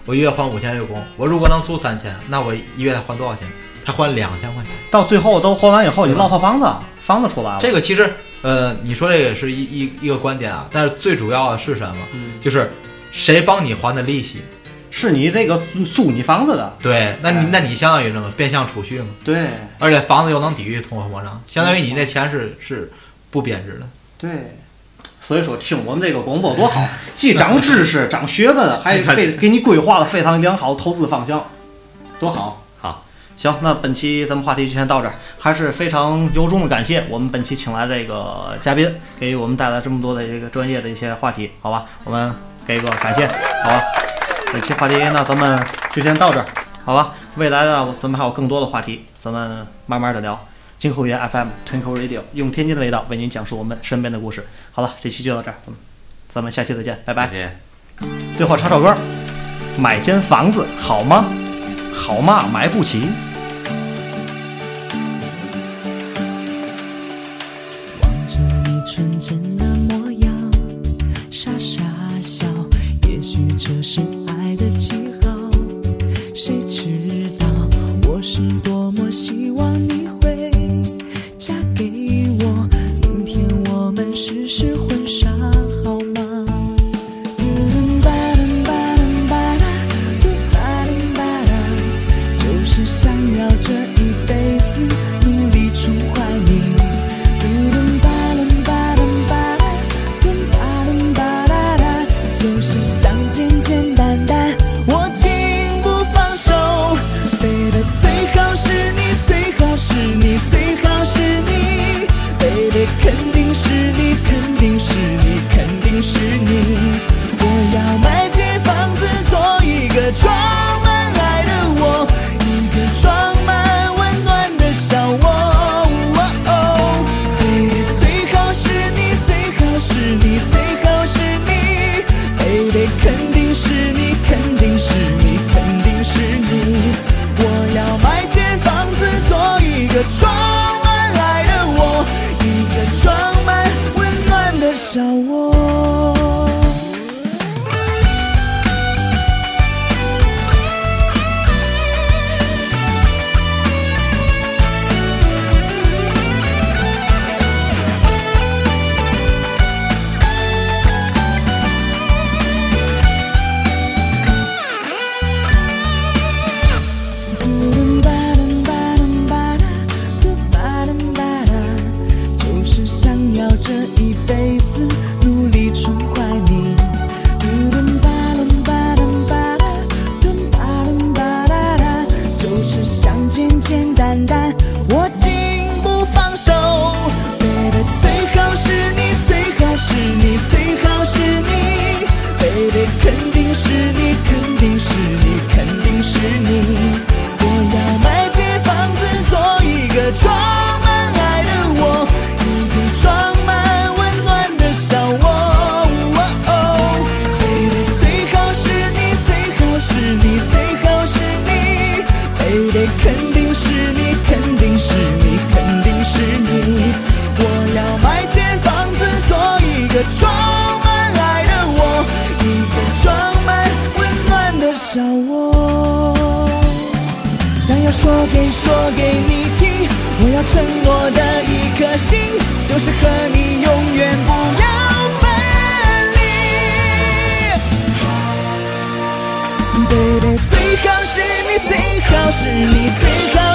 我一月还五千月供，我如果能租三千，那我一月还多少钱？才还两千块钱。 到最后都还完以后，你落套房子，房子出来了。 这个其实，呃，你说这个是一一一个观点啊，但是最主要的是什么？嗯、就是谁帮你还的利息？ 是你这个租你房子的。 对，那你、哎、那你相当于什么？变相储蓄嘛。 对。而且房子又能抵御通货膨胀，相当于你那钱是是不贬值的。 对。所以说，听我们这个广播多好，既长知识、长学问，还非给你规划了非常良好的投资方向，多好。 好， 行，那本期咱们话题就先到这儿，还是非常由衷的感谢我们本期请来这个嘉宾，给我们带来这么多的这个专业的一些话题，好吧？我们给个感谢，好吧？本期话题那咱们就先到这儿，好吧？未来呢，咱们还有更多的话题，咱们慢慢的聊。金口源 F M Twinkle Radio 用天津的味道为您讲述我们身边的故事。好了，这期就到这儿，咱们下期再见，拜拜。最后唱首歌，买间房子好吗？好嘛，买不起。 望着你纯真的模样，傻傻笑，也许这是爱的记号。谁知道我是多么希望你会嫁给我，明天我们试试婚纱好吗？就是想要这一辈子努力宠坏你。就是想简简单单，我情不放手。Baby， 最好是你，最好是你，最好是你。Baby， 肯定是你，肯定是你，肯定是你。我要买间房子，做一个装满爱的我，一个装满温暖的小窝。Baby， 最好是你，最好是你，最好是你。Baby， 肯定是你，肯定是你，肯定是你。我要买间房子，做一个装满爱的我，一个装满温暖的小窝。这一辈子努力宠坏你，就是想简简单单，我情不放手。Baby， 最好是你，最好是你，最好是你。Baby， 肯定是你，肯定是你，肯定是你。我要买间房子，做一个装满爱的我，一个装小窝。Baby， 最好是你，最好是你，最好是你。Baby， 肯定是你，肯定是你，肯定是你。我要买间房子，做一个装满爱的我，一个装满温暖的小窝。想要说给说给你听，我要承诺的一颗心，就是和你永远不要分离。Baby， 最好是你，最好是你，最好